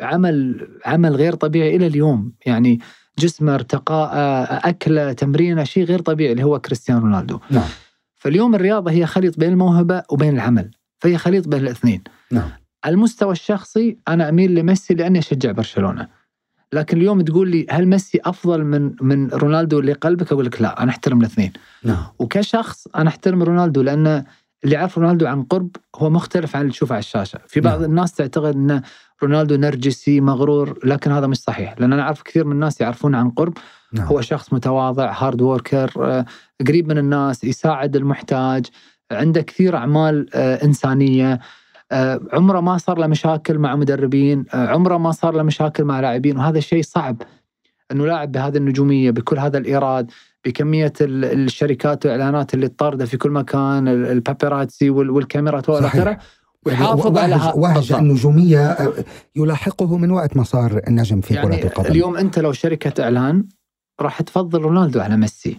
عمل عمل غير طبيعي إلى اليوم. يعني جسمه، ارتقاء، أكله، تمرينه، شيء غير طبيعي اللي هو كريستيانو رونالدو. نعم. فاليوم الرياضة هي خليط بين الموهبة وبين العمل، فهي خليط بين الاثنين. نعم. على المستوى الشخصي أنا أميل لميسي لأني أشجع برشلونة، لكن اليوم تقول لي هل ميسي أفضل من من رونالدو اللي قلبك؟ أقول لك لا، أنا أحترم الاثنين. نعم. وكشخص أنا أحترم رونالدو لأن اللي يعرف رونالدو عن قرب هو مختلف عن اللي تشوفه على الشاشة. في بعض نعم. الناس تعتقد أن رونالدو نرجسي مغرور، لكن هذا مش صحيح، لأن أنا أعرف كثير من الناس يعرفون عن قرب. نعم. هو شخص متواضع، هارد ووركر، قريب من الناس، يساعد المحتاج، عنده كثير أعمال إنسانية، عمره ما صار له مشاكل مع مدربين، عمره ما صار له مشاكل مع لاعبين. وهذا الشيء صعب أنه لاعب بهذه النجومية، بكل هذا الإيراد، بكمية الشركات والإعلانات اللي تطارده في كل مكان، البابيراتسي والكاميرات والآخرة، ويحافظ على وهج النجومية يلاحقه من وقت ما صار النجم في يعني كرة القدم. اليوم أنت لو شركة إعلان راح تفضل رونالدو على ميسي،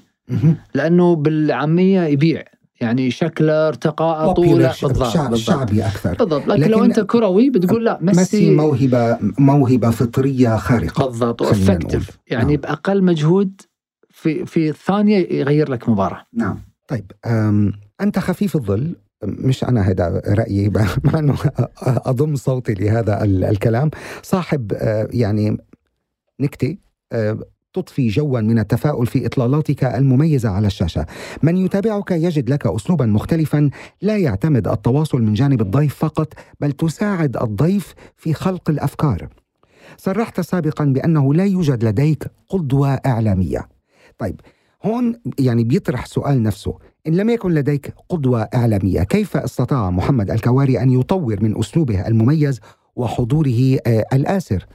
لأنه بالعامية يبيع، يعني شكله، ارتقاء، طوله، شعب شعبي أكثر بالضبط. لكن, لكن لو أنت كروي بتقول لا، ميسي, ميسي موهبة موهبة فطرية خارقة بالضبط، وإفكتيف، يعني نعم. بأقل مجهود في في ثانية يغير لك مباراة. نعم. طيب أنت خفيف الظل، مش أنا هذا رأيي، مع أنه أضم صوتي لهذا الكلام، صاحب يعني نكتة تضفي جوا من التفاؤل في إطلالاتك المميزة على الشاشة. من يتابعك يجد لك أسلوبا مختلفا لا يعتمد التواصل من جانب الضيف فقط، بل تساعد الضيف في خلق الأفكار. صرحت سابقا بأنه لا يوجد لديك قدوة إعلامية. طيب هون يعني بيطرح سؤال نفسه، إن لم يكن لديك قدوة إعلامية، كيف استطاع محمد الكواري أن يطور من أسلوبه المميز وحضوره الآسر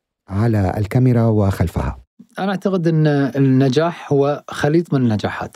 على الكاميرا وخلفها؟ أنا أعتقد أن النجاح هو خليط من النجاحات،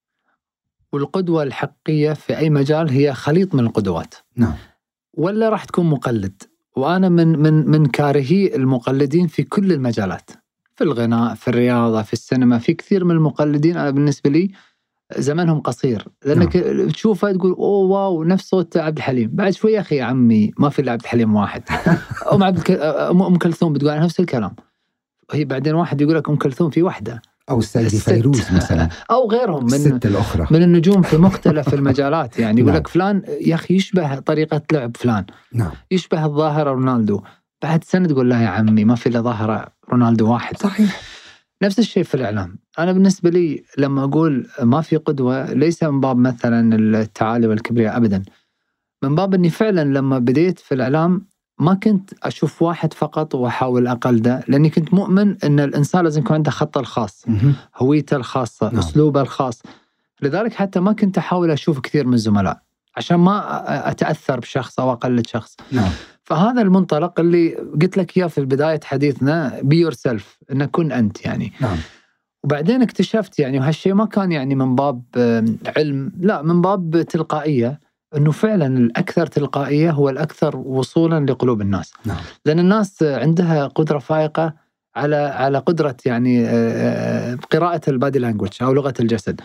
والقدوة الحقيقية في أي مجال هي خليط من القدوات. نعم. ولا راح تكون مقلد، وأنا من من من كارهي المقلدين في كل المجالات، في الغناء، في الرياضة، في السينما. في كثير من المقلدين أنا بالنسبة لي زمنهم قصير، لأنك نعم. تشوفه تقول أوه واو نفس صوت عبد الحليم، بعد شوية أخي عمي ما في إلا عبد الحليم واحد. أم عبد أم كلثوم بتقول نفس الكلام، هي بعدين واحد يقول لك أم كلثوم في واحدة، أو السيدة فيروز مثلا، أو غيرهم من الست الأخرى من النجوم في مختلف المجالات. يعني يقول لك فلان يا أخي يشبه طريقة لعب فلان، نعم. يشبه الظاهرة رونالدو، بعد سنة تقول لا يا عمي ما في إلا ظاهرة رونالدو واحد. صحيح. نفس الشيء في الإعلام. أنا بالنسبة لي لما أقول ما في قدوة ليس من باب مثلا التعالي والكبرياء أبدا، من باب أني فعلا لما بديت في الإعلام ما كنت أشوف واحد فقط وأحاول أقلده، لأني كنت مؤمن أن الإنسان لازم يكون عنده خطه الخاص، هويته الخاصة، نعم. أسلوبه الخاص. لذلك حتى ما كنت أحاول أشوف كثير من الزملاء عشان ما أتأثر بشخص أو أقلد شخص. نعم. فهذا المنطلق اللي قلت لك إياه في بداية حديثنا، be yourself، أن كن أنت يعني. نعم. وبعدين اكتشفت يعني، وهالشيء ما كان يعني من باب علم، لا من باب تلقائية، أنه فعلا الأكثر تلقائية هو الأكثر وصولا لقلوب الناس. نعم. لأن الناس عندها قدرة فائقة على على قدرة يعني قراءة البادي لانجويج أو لغة الجسد.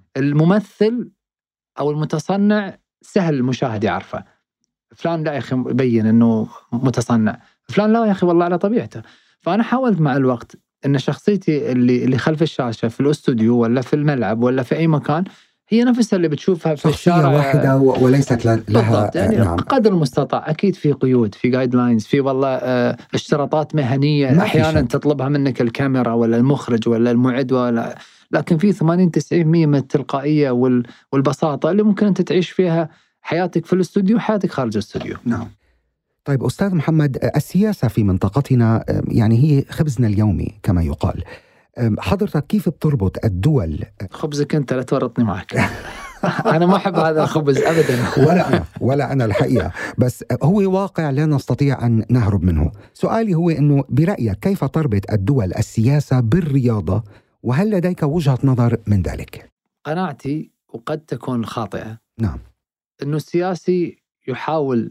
الممثل أو المتصنع سهل المشاهد يعرفه، فلان لا يا أخي يبين أنه متصنع، فلان لا يا أخي والله على طبيعته. فأنا حاولت مع الوقت أن شخصيتي اللي اللي خلف الشاشة في الاستوديو ولا في الملعب ولا في أي مكان هي نفسها اللي بتشوفها في الشارع، واحدة وليست لها يعني نعم. قدر المستطاع. أكيد في قيود، في جايد لاينز، في والله اه اشتراطات مهنية أحيانا تطلبها منك الكاميرا ولا المخرج ولا المعد، ولا لكن في ثمانين تسعين بالمئة من التلقائية والبساطة اللي ممكن أنت تعيش فيها حياتك في الاستوديو وحياتك خارج الاستوديو. نعم. طيب أستاذ محمد، السياسة في منطقتنا يعني هي خبزنا اليومي كما يقال. حضرتك كيف بتربط الدول؟ خبزك أنت، لا تورطني معك. أنا ما أحب هذا الخبز أبدا. ولا أنا ولا أنا الحقيقة، بس هو واقع لا نستطيع أن نهرب منه. سؤالي هو أنه برأيك كيف تربط الدول السياسة بالرياضة، وهل لديك وجهة نظر من ذلك؟ قناعتي وقد تكون خاطئة، نعم، أنه السياسي يحاول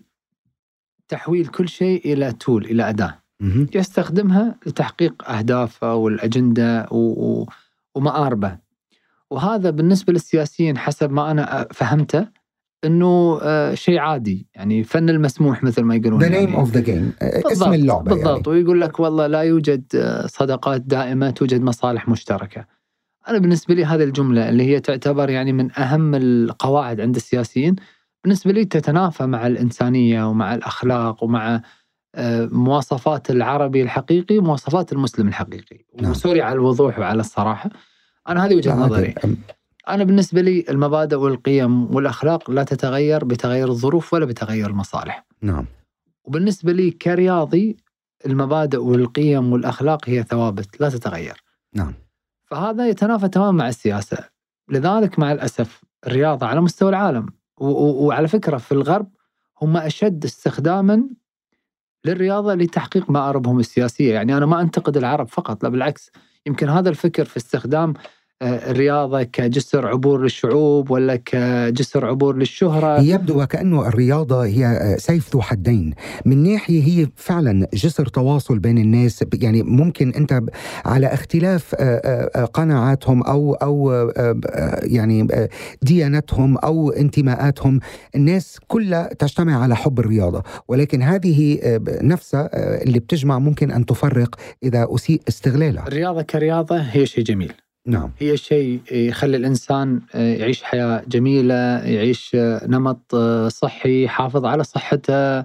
تحويل كل شيء إلى تول، إلى أداة يستخدمها لتحقيق أهدافه والأجندة و... ومآربه. وهذا بالنسبة للسياسيين حسب ما أنا فهمته أنه شيء عادي، يعني فن المسموح مثل ما يقولون، the name يعني of the game، اسم اللعبة بالضبط. يعني. ويقول لك والله لا يوجد صداقات دائمة، توجد مصالح مشتركة. أنا بالنسبة لي هذه الجملة اللي هي تعتبر يعني من أهم القواعد عند السياسيين، بالنسبة لي تتنافى مع الإنسانية ومع الأخلاق ومع مواصفات العربي الحقيقي ومواصفات المسلم الحقيقي. نعم. وسوري على الوضوح وعلى الصراحة، أنا هذه وجهة نظري. أنا بالنسبة لي المبادئ والقيم والأخلاق لا تتغير بتغير الظروف ولا بتغير المصالح. نعم. وبالنسبة لي كرياضي المبادئ والقيم والأخلاق هي ثوابت لا تتغير. نعم. فهذا يتنافى تماما مع السياسة. لذلك مع الأسف الرياضة على مستوى العالم وعلى فكرة في الغرب هم أشد استخداما للرياضة لتحقيق مآربهم السياسية. يعني أنا ما أنتقد العرب فقط، لا بالعكس، يمكن هذا الفكر في استخدام الرياضة كجسر عبور للشعوب ولا كجسر عبور للشهرة، يبدو وكأنه الرياضة هي سيف ذو حدين. من ناحية هي فعلا جسر تواصل بين الناس، يعني ممكن أنت على اختلاف قناعاتهم أو أو يعني ديانتهم أو انتماءاتهم، الناس كلها تجتمع على حب الرياضة، ولكن هذه نفسها اللي بتجمع ممكن أن تفرق إذا أسيء استغلالها. الرياضة كرياضة هي شيء جميل. نعم. هي شيء يخلي الإنسان يعيش حياة جميلة، يعيش نمط صحي، يحافظ على صحته،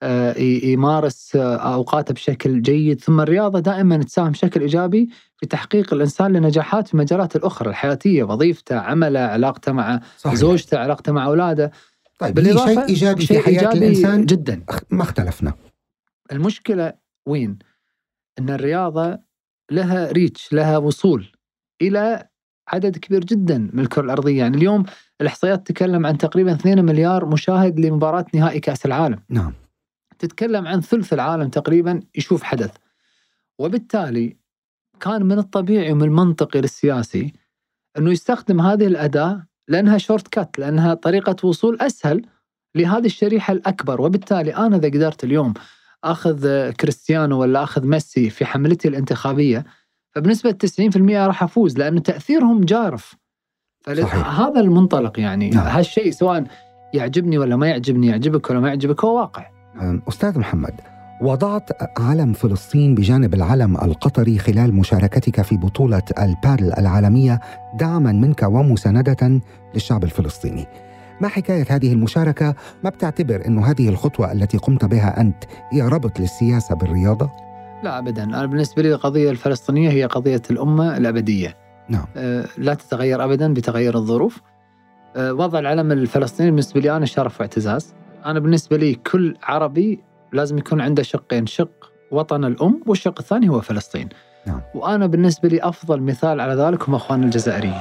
يمارس أوقاته بشكل جيد. ثم الرياضة دائما تساهم بشكل إيجابي في تحقيق الإنسان لنجاحات في المجالات الأخرى الحياتية، وظيفته، عمله، علاقته مع صحيح. زوجته، علاقته مع أولاده. طيب هي شيء إيجابي في حياة إيجابي الإنسان جدا، ما اختلفنا. المشكلة وين؟ أن الرياضة لها ريتش، لها وصول إلى عدد كبير جدا من الكرة الأرضية. يعني اليوم الإحصائيات تتكلم عن تقريبا اثنين مليار مشاهد لمباراة نهائي كأس العالم. نعم. تتكلم عن ثلث العالم تقريبا يشوف حدث، وبالتالي كان من الطبيعي ومن المنطقي للسياسي أنه يستخدم هذه الأداة لأنها شورت كات، لأنها طريقة وصول أسهل لهذه الشريحة الأكبر. وبالتالي أنا إذا قدرت اليوم أخذ كريستيانو ولا أخذ ميسي في حملتي الانتخابية، فبنسبة تسعين بالمئة راح أفوز، لأنه تأثيرهم جارف. فهذا المنطلق يعني نعم. هالشيء سواء يعجبني ولا ما يعجبني، يعجبك ولا ما يعجبك، هو واقع. أستاذ محمد، وضعت علم فلسطين بجانب العلم القطري خلال مشاركتك في بطولة البادل العالمية دعما منك ومساندة للشعب الفلسطيني. ما حكاية هذه المشاركة؟ ما بتعتبر أنه هذه الخطوة التي قمت بها أنت هي ربط للسياسة بالرياضة؟ لا أبدا، أنا بالنسبة لي القضية الفلسطينية هي قضية الأمة الأبدية. نعم. أه لا تتغير أبدا بتغير الظروف. أه وضع العلم الفلسطيني بالنسبة لي أنا شرف واعتزاز. أنا بالنسبة لي كل عربي لازم يكون عنده شقين، شق وطن الأم والشق الثاني هو فلسطين. نعم. وأنا بالنسبة لي أفضل مثال على ذلك هم أخواننا الجزائريين.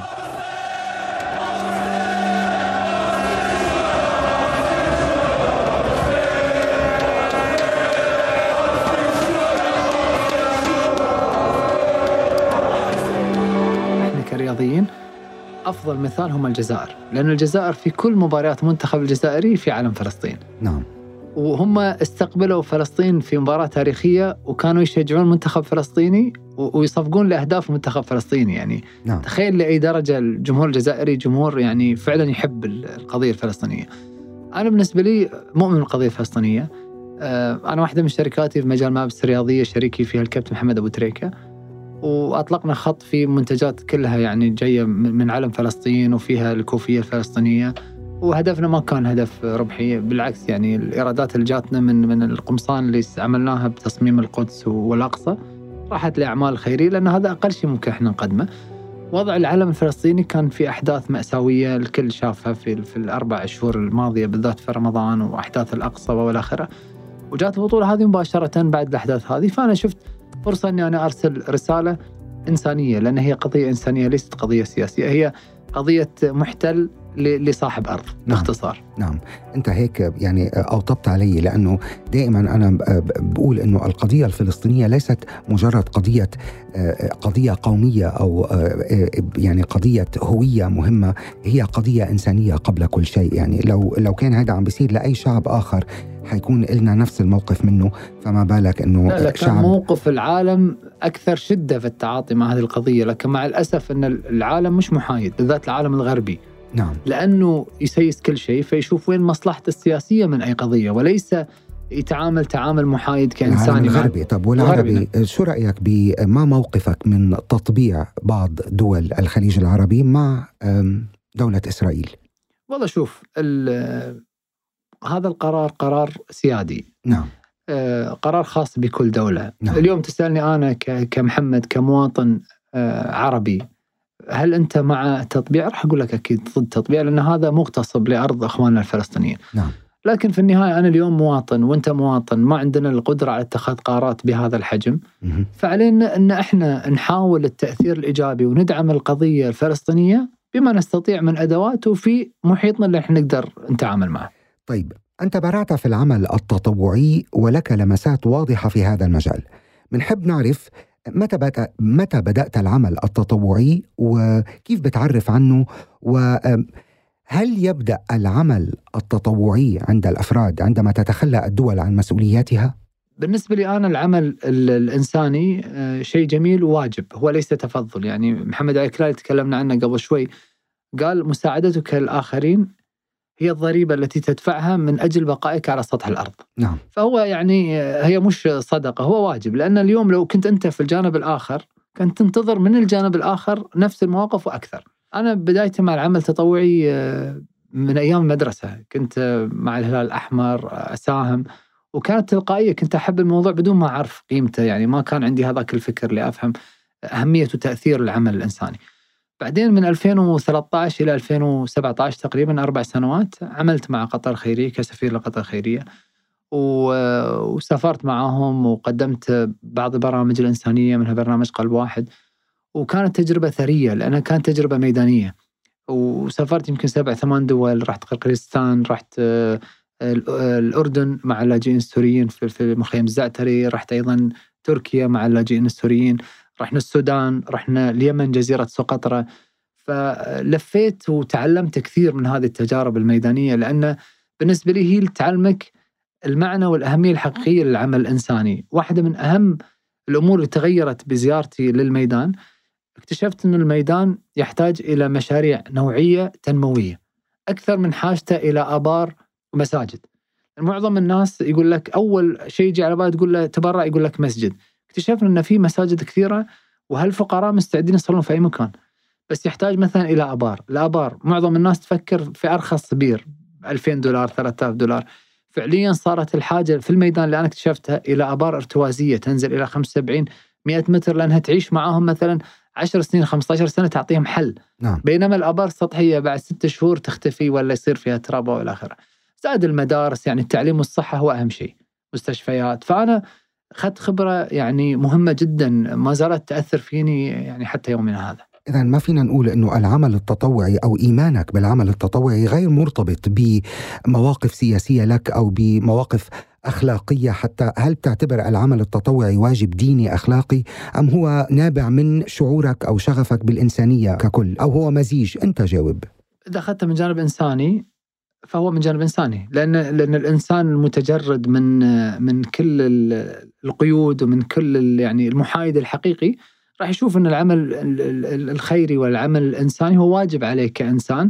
إحنا كرياضيين أفضل مثال هم الجزائر، لأن الجزائر في كل مباريات منتخب الجزائري في علم فلسطين. نعم. وهم استقبلوا فلسطين في مباراة تاريخية وكانوا يشجعون منتخب فلسطيني ويصفقون لأهداف منتخب فلسطيني. يعني نعم. تخيل لأي درجة الجمهور الجزائري جمهور يعني فعلا يحب القضية الفلسطينية. أنا بالنسبة لي مؤمن بالقضية الفلسطينية. أنا واحدة من شركاتي في مجال ملابس الرياضية، شريكي فيها الكابتن محمد أبو تريكة، وأطلقنا خط في منتجات كلها يعني جاية من علم فلسطين وفيها الكوفية الفلسطينية. وهدفنا ما كان هدف ربحي، بالعكس يعني الإيرادات اللي جاتنا من من القمصان اللي عملناها بتصميم القدس والأقصى راحت لأعمال خيرية، لأن هذا أقل شيء ممكن إحنا نقدمه. وضع العلم الفلسطيني كان في أحداث مأساوية الكل شافها في في الأربع شهور الماضية بالذات في رمضان وأحداث الأقصى والآخرة، وجات البطولة هذه مباشرة بعد الأحداث هذه. فأنا شفت فرصة أني أنا أرسل رسالة إنسانية، لأن هي قضية إنسانية ليست قضية سياسية، هي قضية محتل لصاحب أرض باختصار. نعم. نعم. أنت هيك يعني أوطبت علي، لأنه دائما أنا بقول أنه القضية الفلسطينية ليست مجرد قضية قضية قومية أو يعني قضية هوية مهمة، هي قضية إنسانية قبل كل شيء. يعني لو لو كان هذا عم بيصير لأي شعب آخر حيكون لنا نفس الموقف منه، فما بالك أنه لا لا شعب. موقف العالم أكثر شدة في التعاطي مع هذه القضية، لكن مع الأسف أن العالم مش محايد، بالذات العالم الغربي. نعم. لأنه يسيس كل شيء فيشوف وين مصلحته السياسية من أي قضية، وليس يتعامل تعامل محايد كإنساني. الغربي. طب والعربي شو رأيك بما موقفك من تطبيع بعض دول الخليج العربي مع دولة إسرائيل؟ والله شوف، هذا القرار قرار سيادي. نعم. آه قرار خاص بكل دولة. نعم. اليوم تسألني أنا كمحمد كمواطن آه عربي، هل أنت مع تطبيع؟ راح أقول لك أكيد ضد تطبيع، لأن هذا مغتصب لأرض أخواننا الفلسطينيين. نعم. لكن في النهاية أنا اليوم مواطن وأنت مواطن، ما عندنا القدرة على اتخاذ قرارات بهذا الحجم، م- فعلينا أن إحنا نحاول التأثير الإيجابي وندعم القضية الفلسطينية بما نستطيع من أدوات وفي محيطنا اللي إحنا نقدر نتعامل معه. طيب، أنت برعت في العمل التطوعي ولك لمسات واضحة في هذا المجال. بنحب نعرف متى بدأ متى بدأت العمل التطوعي وكيف بتعرف عنه، وهل يبدأ العمل التطوعي عند الأفراد عندما تتخلى الدول عن مسؤولياتها؟ بالنسبة لي أنا العمل الإنساني شيء جميل وواجب، هو ليس تفضل. يعني محمد علي كلاي تكلمنا عنه قبل شوي، قال مساعدتك الآخرين هي الضريبة التي تدفعها من أجل بقائك على سطح الأرض. نعم. فهو يعني هي مش صدقة، هو واجب، لأن اليوم لو كنت أنت في الجانب الآخر كنت تنتظر من الجانب الآخر نفس المواقف وأكثر. أنا بدايتي مع العمل التطوعي من أيام المدرسة، كنت مع الهلال الأحمر أساهم، وكانت تلقائية، كنت أحب الموضوع بدون ما أعرف قيمته، يعني ما كان عندي هذاك الفكر لأفهم أهمية وتأثير العمل الإنساني. بعدين من ألفين وثلاثة عشر إلى ألفين وسبعة عشر تقريبا أربع سنوات عملت مع قطر خيرية كسفير لقطر خيرية، وسافرت معهم وقدمت بعض البرامج الإنسانية منها برنامج قلب واحد، وكانت تجربة ثرية لأنها كانت تجربة ميدانية. وسافرت يمكن سبع ثمان دول، رحت قرقيزستان، رحت الأردن مع اللاجئين السوريين في مخيم الزعتري، رحت أيضا تركيا مع اللاجئين السوريين، رحنا السودان، رحنا اليمن جزيرة سقطرى. فلفيت وتعلمت كثير من هذه التجارب الميدانية، لأن بالنسبة لي هي اللي تعلمك المعنى والأهمية الحقيقية للعمل الإنساني. واحدة من أهم الأمور اللي تغيرت بزيارتي للميدان، اكتشفت أن الميدان يحتاج إلى مشاريع نوعية تنموية أكثر من حاجته إلى آبار ومساجد. معظم الناس يقول لك أول شيء يجي على بالك تقول له تبرع، يقول لك مسجد. اكتشفنا أن في مساجد كثيرة وهالفقراء مستعدين يصلون في أي مكان. بس يحتاج مثلا إلى أبار. الأبار معظم الناس تفكر في أرخص بير ألفين دولار ثلاثة آلاف دولار، فعليا صارت الحاجة في الميدان اللي أنا اكتشفتها إلى أبار ارتوازية تنزل إلى خمسة وسبعين مئة متر، لأنها تعيش معاهم مثلا عشر سنين خمسة عشر سنة تعطيهم حل. نعم. بينما الأبار السطحية بعد ستة شهور تختفي ولا يصير فيها تراب وإلى آخره. زائد المدارس، يعني التعليم والصحة هو أهم شيء، مستشفيات. فأنا أخذت خبرة يعني مهمة جدا ما زالت تأثر فيني يعني حتى يومنا هذا. إذا ما فينا نقول إنه العمل التطوعي أو إيمانك بالعمل التطوعي غير مرتبط بمواقف سياسية لك أو بمواقف أخلاقية حتى. هل بتعتبر العمل التطوعي واجب ديني أخلاقي، أم هو نابع من شعورك أو شغفك بالإنسانية ككل، أو هو مزيج؟ أنت جاوب. إذا أخذت من جانب إنساني فهو من جانب إنساني، لأن لأن الإنسان المتجرد من من كل القيود ومن كل يعني المحايد الحقيقي راح يشوف أن العمل الخيري والعمل الإنساني هو واجب عليه كإنسان،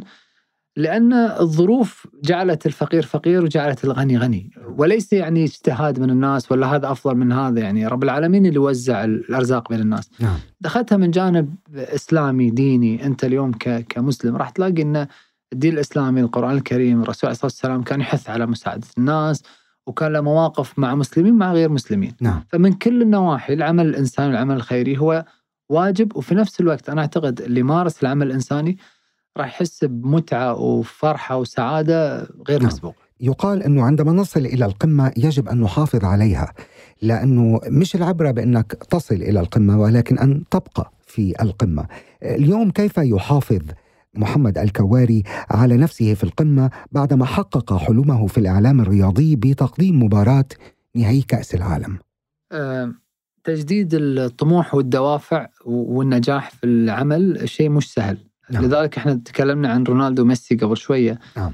لأن الظروف جعلت الفقير فقير وجعلت الغني غني، وليس يعني اجتهاد من الناس ولا هذا أفضل من هذا. يعني رب العالمين اللي وزع الأرزاق بين الناس. نعم. دخلتها من جانب إسلامي ديني. أنت اليوم كمسلم راح تلاقي أن الدين الإسلامي، القرآن الكريم، الرسول عليه الصلاة والسلام كان يحث على مساعدة الناس، وكان له مواقف مع مسلمين مع غير مسلمين. نعم. فمن كل النواحي العمل الإنساني والعمل الخيري هو واجب، وفي نفس الوقت أنا أعتقد اللي مارس العمل الإنساني راح يحس بمتعة وفرحة وسعادة غير نعم. مسبوق. يقال أنه عندما نصل إلى القمة يجب أن نحافظ عليها، لأنه مش العبرة بأنك تصل إلى القمة ولكن أن تبقى في القمة. اليوم كيف يحافظ محمد الكواري على نفسه في القمة بعدما حقق حلمه في الإعلام الرياضي بتقديم مباراة نهائي كأس العالم؟ أه تجديد الطموح والدوافع والنجاح في العمل شيء مش سهل. نعم. لذلك احنا تكلمنا عن رونالدو وميسي قبل شوية. نعم.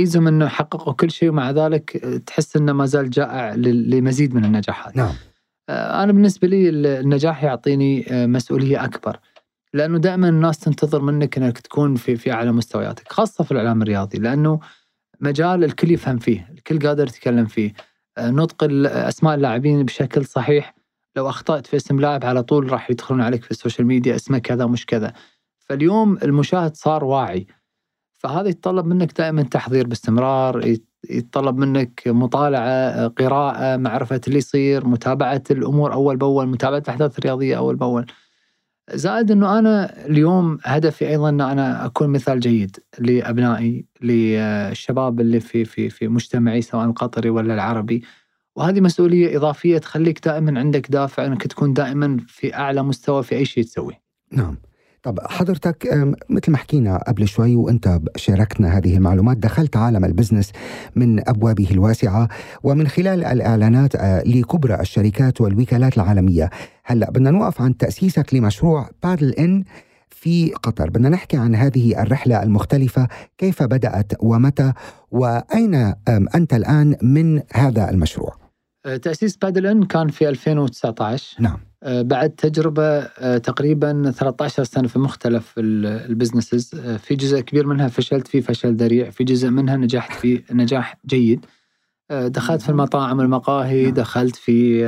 نعم. أه انا بالنسبة لي النجاح يعطيني مسؤولية اكبر، لأنه دائما الناس تنتظر منك أنك تكون في في أعلى مستوياتك، خاصة في الإعلام الرياضي، لأنه مجال الكل يفهم فيه، الكل قادر يتكلم فيه. نطق أسماء اللاعبين بشكل صحيح، لو أخطأت في اسم لاعب على طول راح يدخلون عليك في السوشيال ميديا اسمه كذا مش كذا. فاليوم المشاهد صار واعي، فهذا يتطلب منك دائما تحضير باستمرار، يتطلب منك مطالعة، قراءة، معرفة اللي يصير، متابعة الأمور أول بأول، متابعة الأحداث الرياضية أول بأول. زائد أنه أنا اليوم هدفي أيضا أن أنا أكون مثال جيد لأبنائي، للشباب اللي في في في مجتمعي سواء القطري ولا العربي، وهذه مسؤولية إضافية تخليك دائما عندك دافع أنك تكون دائما في أعلى مستوى في أي شيء تسويه. نعم. طب حضرتك مثل ما حكينا قبل شوي وانت شاركتنا هذه المعلومات، دخلت عالم البزنس من أبوابه الواسعة ومن خلال الإعلانات لكبرى الشركات والوكالات العالمية. هلأ بدنا نوقف عن تأسيسك لمشروع بادل إن في قطر، بدنا نحكي عن هذه الرحلة المختلفة، كيف بدأت ومتى وأين أنت الآن من هذا المشروع؟ تأسيس بادل إن كان في ألفين وتسعة عشر. نعم. بعد تجربة تقريبا ثلاثة عشر سنة في مختلف البزنسز، في جزء كبير منها فشلت فيه فشل ذريع، في جزء منها نجحت فيه نجاح جيد. دخلت في المطاعم والمقاهي، دخلت في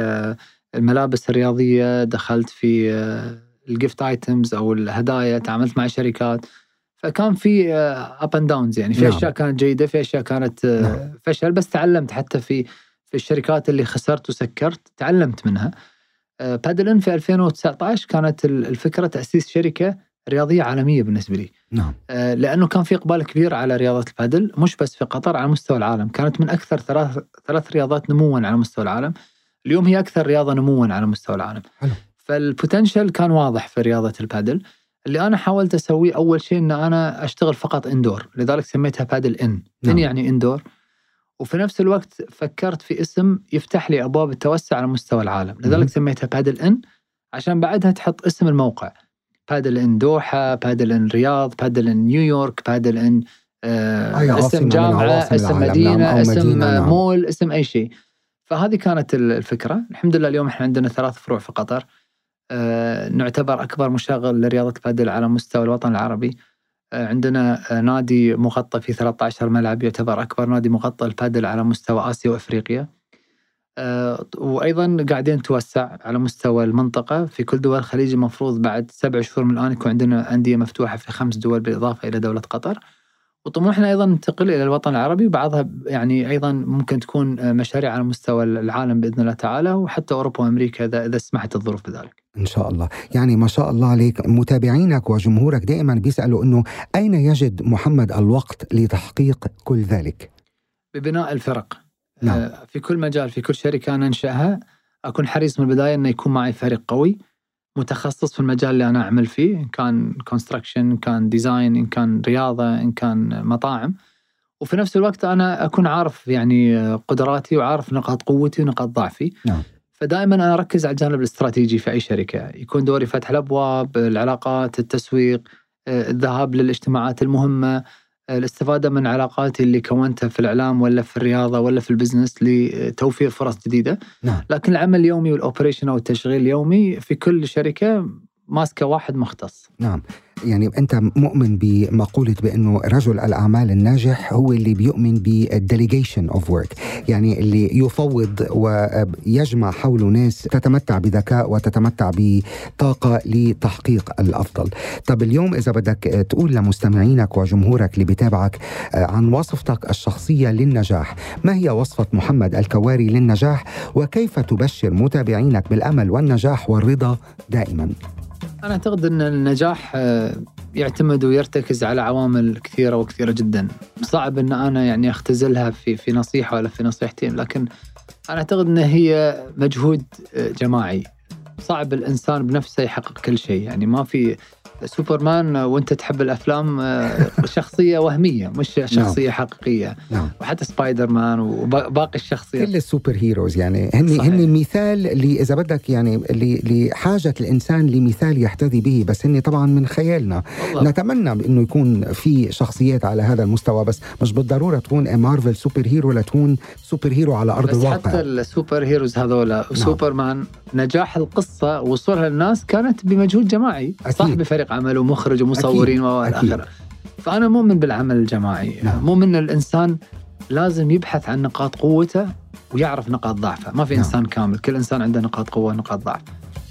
الملابس الرياضية، دخلت في الجيفت ايتمز أو الهدايا، تعاملت مع شركات. فكان في اب اند داونز، يعني في نعم. أشياء كانت جيدة، في أشياء كانت نعم. فشل. بس تعلمت حتى في في الشركات اللي خسرت وسكرت تعلمت منها. بادل إن في ألفين وتسعة عشر كانت الفكرة تأسيس شركة رياضية عالمية بالنسبة لي. نعم. لأنه كان في إقبال كبير على رياضة البادل، مش بس في قطر، على مستوى العالم. كانت من أكثر ثلاث ثلاث رياضات نمواً على مستوى العالم. اليوم هي أكثر رياضة نمواً على مستوى العالم. حلو. فالبوتنشل كان واضح في رياضة البادل. اللي أنا حاولت أسويه أول شيء إن أنا أشتغل فقط إندور، لذلك سميتها بادل إن. نعم. إن يعني إندور. وفي نفس الوقت فكرت في اسم يفتح لي أبواب التوسع على مستوى العالم، لذلك سميتها بادل إن، عشان بعدها تحط اسم الموقع: بادل إن دوحة، بادل إن رياض، بادل إن نيويورك، بادل إن آه اسم جامعة، اسم مدينة، نعم. اسم مدينة، نعم. مول، اسم أي شيء. فهذه كانت الفكرة. الحمد لله اليوم احنا عندنا ثلاث فروع في قطر. آه نعتبر أكبر مشغل لرياضة البادل على مستوى الوطن العربي. عندنا نادي مغطى في ثلاثة عشر ملعب، يعتبر أكبر نادي مغطى البادل على مستوى آسيا وأفريقيا. أه وأيضا قاعدين نتوسع على مستوى المنطقة في كل دول الخليج. المفروض بعد سبع شهور من الآن يكون عندنا أندية مفتوحة في خمس دول بالإضافة إلى دولة قطر. وطموحنا أيضا ننتقل إلى الوطن العربي، وبعضها يعني أيضا ممكن تكون مشاريع على مستوى العالم بإذن الله تعالى، وحتى أوروبا وأمريكا إذا إذا سمحت الظروف بذلك إن شاء الله. يعني ما شاء الله عليك، متابعينك وجمهورك دائما بيسألوا إنه أين يجد محمد الوقت لتحقيق كل ذلك؟ ببناء الفرق. نعم. في كل مجال، في كل شركة أنا أنشأها أكون حريص من البداية أنه يكون معي فريق قوي متخصص في المجال اللي أنا أعمل فيه، إن كان كونستراكشن، إن كان ديزاين، إن كان رياضة، إن كان مطاعم. وفي نفس الوقت أنا أكون عارف يعني قدراتي وعارف نقاط قوتي ونقاط ضعفي. نعم. فدائما أنا أركز على الجانب الاستراتيجي في أي شركة، يكون دوري فتح الأبواب، العلاقات، التسويق، الذهاب للاجتماعات المهمة، الاستفادة من علاقاتي اللي كونتها في الإعلام ولا في الرياضة ولا في البزنس لتوفير فرص جديدة. نعم. لكن العمل اليومي والأوبريشن أو التشغيل اليومي في كل شركة ماسكة واحد مختص. نعم. يعني أنت مؤمن بمقولة بأنه رجل الأعمال الناجح هو اللي بيؤمن بالdelegation of work، يعني اللي يفوض ويجمع حوله ناس تتمتع بذكاء وتتمتع بطاقة لتحقيق الأفضل. طب اليوم إذا بدك تقول لمستمعينك وجمهورك اللي بيتابعك عن وصفتك الشخصية للنجاح، ما هي وصفة محمد الكواري للنجاح، وكيف تبشر متابعينك بالأمل والنجاح والرضا دائما؟ أنا أعتقد أن النجاح يعتمد ويرتكز على عوامل كثيرة وكثيرة جدا، صعب أن أنا يعني أختزلها في في نصيحة ولا في نصيحتين، لكن أنا أعتقد أن هي مجهود جماعي. صعب الإنسان بنفسه يحقق كل شيء، يعني ما في سوبرمان وانت تحب الافلام شخصيه وهميه مش شخصيه نعم. حقيقيه. نعم. وحتى سبايدر مان وباقي الشخصيات كل السوبر هيروز يعني هن هن مثال اللي اذا بدك يعني لحاجه الانسان لمثال يحتذي به، بس هن طبعا من خيالنا. والله. نتمنى انه يكون في شخصيات على هذا المستوى، بس مش بالضروره تكون مارفل سوبر هيرو ولا تكون سوبر هيرو على ارض بس الواقع. حتى السوبر هيروز هذولا وسوبرمان نعم. نجاح القصه وصولها للناس كانت بمجهود جماعي، صح، بفريق عمل ومخرج ومصورين والآخر. فأنا مؤمن بالعمل الجماعي. نعم. مؤمن أن الإنسان لازم يبحث عن نقاط قوته ويعرف نقاط ضعفه. ما في نعم. إنسان كامل، كل إنسان عنده نقاط قوة ونقاط ضعف.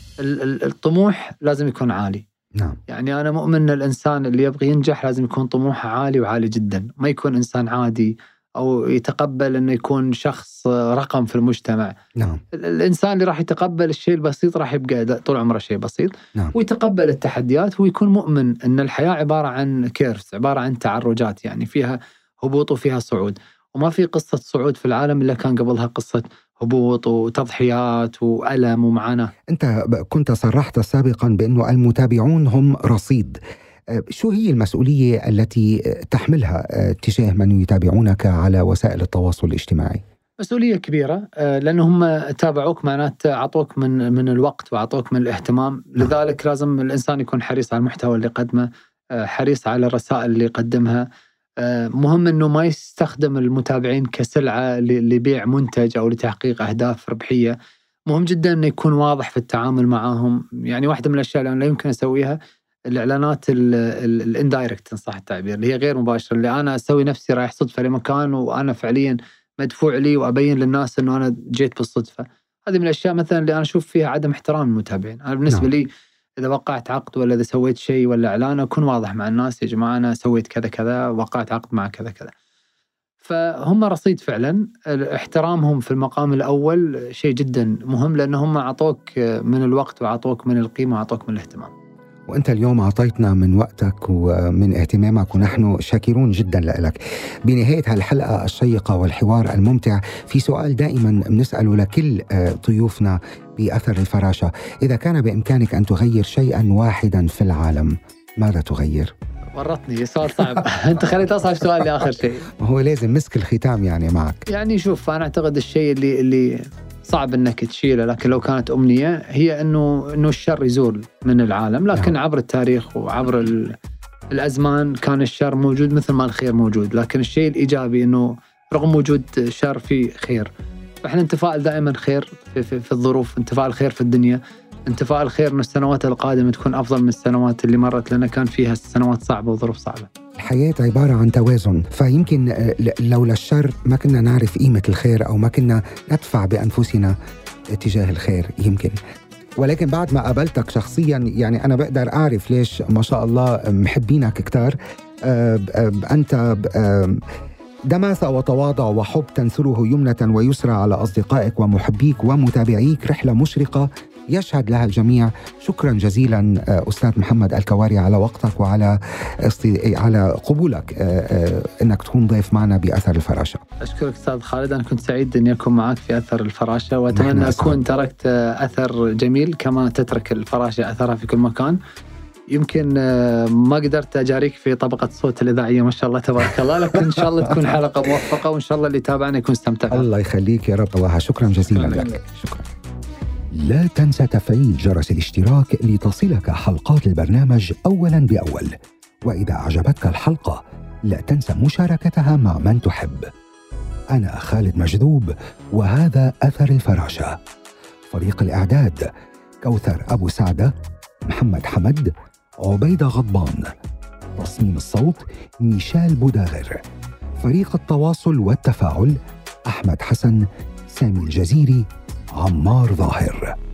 الطموح لازم يكون عالي. نعم. يعني أنا مؤمن أن الإنسان اللي يبغي ينجح لازم يكون طموحه عالي وعالي جدا، ما يكون إنسان عادي أو يتقبل أنه يكون شخص رقم في المجتمع. نعم. الإنسان اللي راح يتقبل الشيء البسيط راح يبقى طول عمره شيء بسيط. نعم. ويتقبل التحديات ويكون مؤمن أن الحياة عبارة عن كيرفز، عبارة عن تعرجات، يعني فيها هبوط وفيها صعود، وما في قصة صعود في العالم إلا كان قبلها قصة هبوط وتضحيات وألم ومعاناة. أنت كنت صرحت سابقا بأنه المتابعون هم رصيد. شو هي المسؤولية التي تحملها تجاه من يتابعونك على وسائل التواصل الاجتماعي؟ مسؤولية كبيرة، لأنهم تابعوك معناته عطوك من من الوقت وعطوك من الاهتمام. لذلك لازم الإنسان يكون حريص على المحتوى اللي قدمه، حريص على الرسائل اللي يقدمها. مهم أنه ما يستخدم المتابعين كسلعة لبيع منتج أو لتحقيق أهداف ربحية. مهم جدا أنه يكون واضح في التعامل معهم. يعني واحدة من الأشياء اللي أنا لا يمكن أسويها الإعلانات الاندايركت، صح التعبير، اللي هي غير مباشرة، اللي أنا أسوي نفسي رايح صدفة لمكان وأنا فعليا مدفوع لي وأبين للناس أنه أنا جيت بالصدفة. هذه من الأشياء مثلا اللي أنا أشوف فيها عدم احترام المتابعين. أنا بالنسبة نعم. لي إذا وقعت عقد ولا إذا سويت شيء ولا إعلان أكون واضح مع الناس، يا جماعة أنا سويت كذا كذا، وقعت عقد مع كذا كذا. فهم رصيد فعلا. احترامهم في المقام الأول شيء جدا مهم، لأنهم عطوك من الوقت وعطوك من القيمة وعطوك من الاهتمام. وأنت اليوم أعطيتنا من وقتك ومن اهتمامك، ونحن شاكرون جدا لك. بنهاية هالحلقة الشيقة والحوار الممتع، في سؤال دائما بنسأله لكل ضيوفنا بأثر الفراشة: إذا كان بإمكانك أن تغير شيئا واحدا في العالم، ماذا تغير؟ ورطني، سؤال صعب. أنت خليت أصعب سؤال لآخر شيء. هو لازم مسك الختام يعني معك. يعني شوف، أنا أعتقد الشيء اللي اللي صعب أنك تشيله، لكن لو كانت أمنية، هي أنه أنه الشر يزول من العالم. لكن نعم. عبر التاريخ وعبر الأزمان كان الشر موجود مثل ما الخير موجود، لكن الشيء الإيجابي أنه رغم وجود شر في خير. فإحنا نتفائل دائما خير في, في, في الظروف، نتفائل خير في الدنيا، نتفائل خير أن السنوات القادمة تكون أفضل من السنوات اللي مرت لنا كان فيها سنوات صعبة وظروف صعبة. الحياة عبارة عن توازن، فيمكن لولا الشر ما كنا نعرف قيمة الخير أو ما كنا ندفع بأنفسنا اتجاه الخير يمكن. ولكن بعد ما قابلتك شخصيا يعني أنا بقدر أعرف ليش ما شاء الله محبينك كتار. أنت دماثة وتواضع وحب تنثره يمنة ويسرى على أصدقائك ومحبيك ومتابعيك، رحلة مشرقة يشهد لها الجميع. شكرا جزيلا أستاذ محمد الكواري على وقتك وعلى على قبولك أنك تكون ضيف معنا بأثر الفراشة. أشكرك أستاذ خالد، أنا كنت سعيد أني أكون معك في أثر الفراشة، وأتمنى أكون تركت أثر جميل كما تترك الفراشة أثرها في كل مكان. يمكن ما قدرت أجاريك في طبقة الصوت الإذاعية ما شاء الله تبارك الله، لكن إن شاء الله تكون حلقة موفقة، وإن شاء الله اللي تابعنا يكون استمتع. الله يخليك يا رب وها. شكرا جزيلا لك. شكرا. لا تنسى تفعيل جرس الاشتراك لتصلك حلقات البرنامج أولا بأول، وإذا أعجبتك الحلقة لا تنسى مشاركتها مع من تحب. أنا خالد مجذوب وهذا أثر الفراشة. فريق الإعداد كوثر أبو سعدة، محمد حمد، عبيدة غضبان. تصميم الصوت ميشال بوداغر. فريق التواصل والتفاعل أحمد حسن، سامي الجزيري، عمار ظاهر.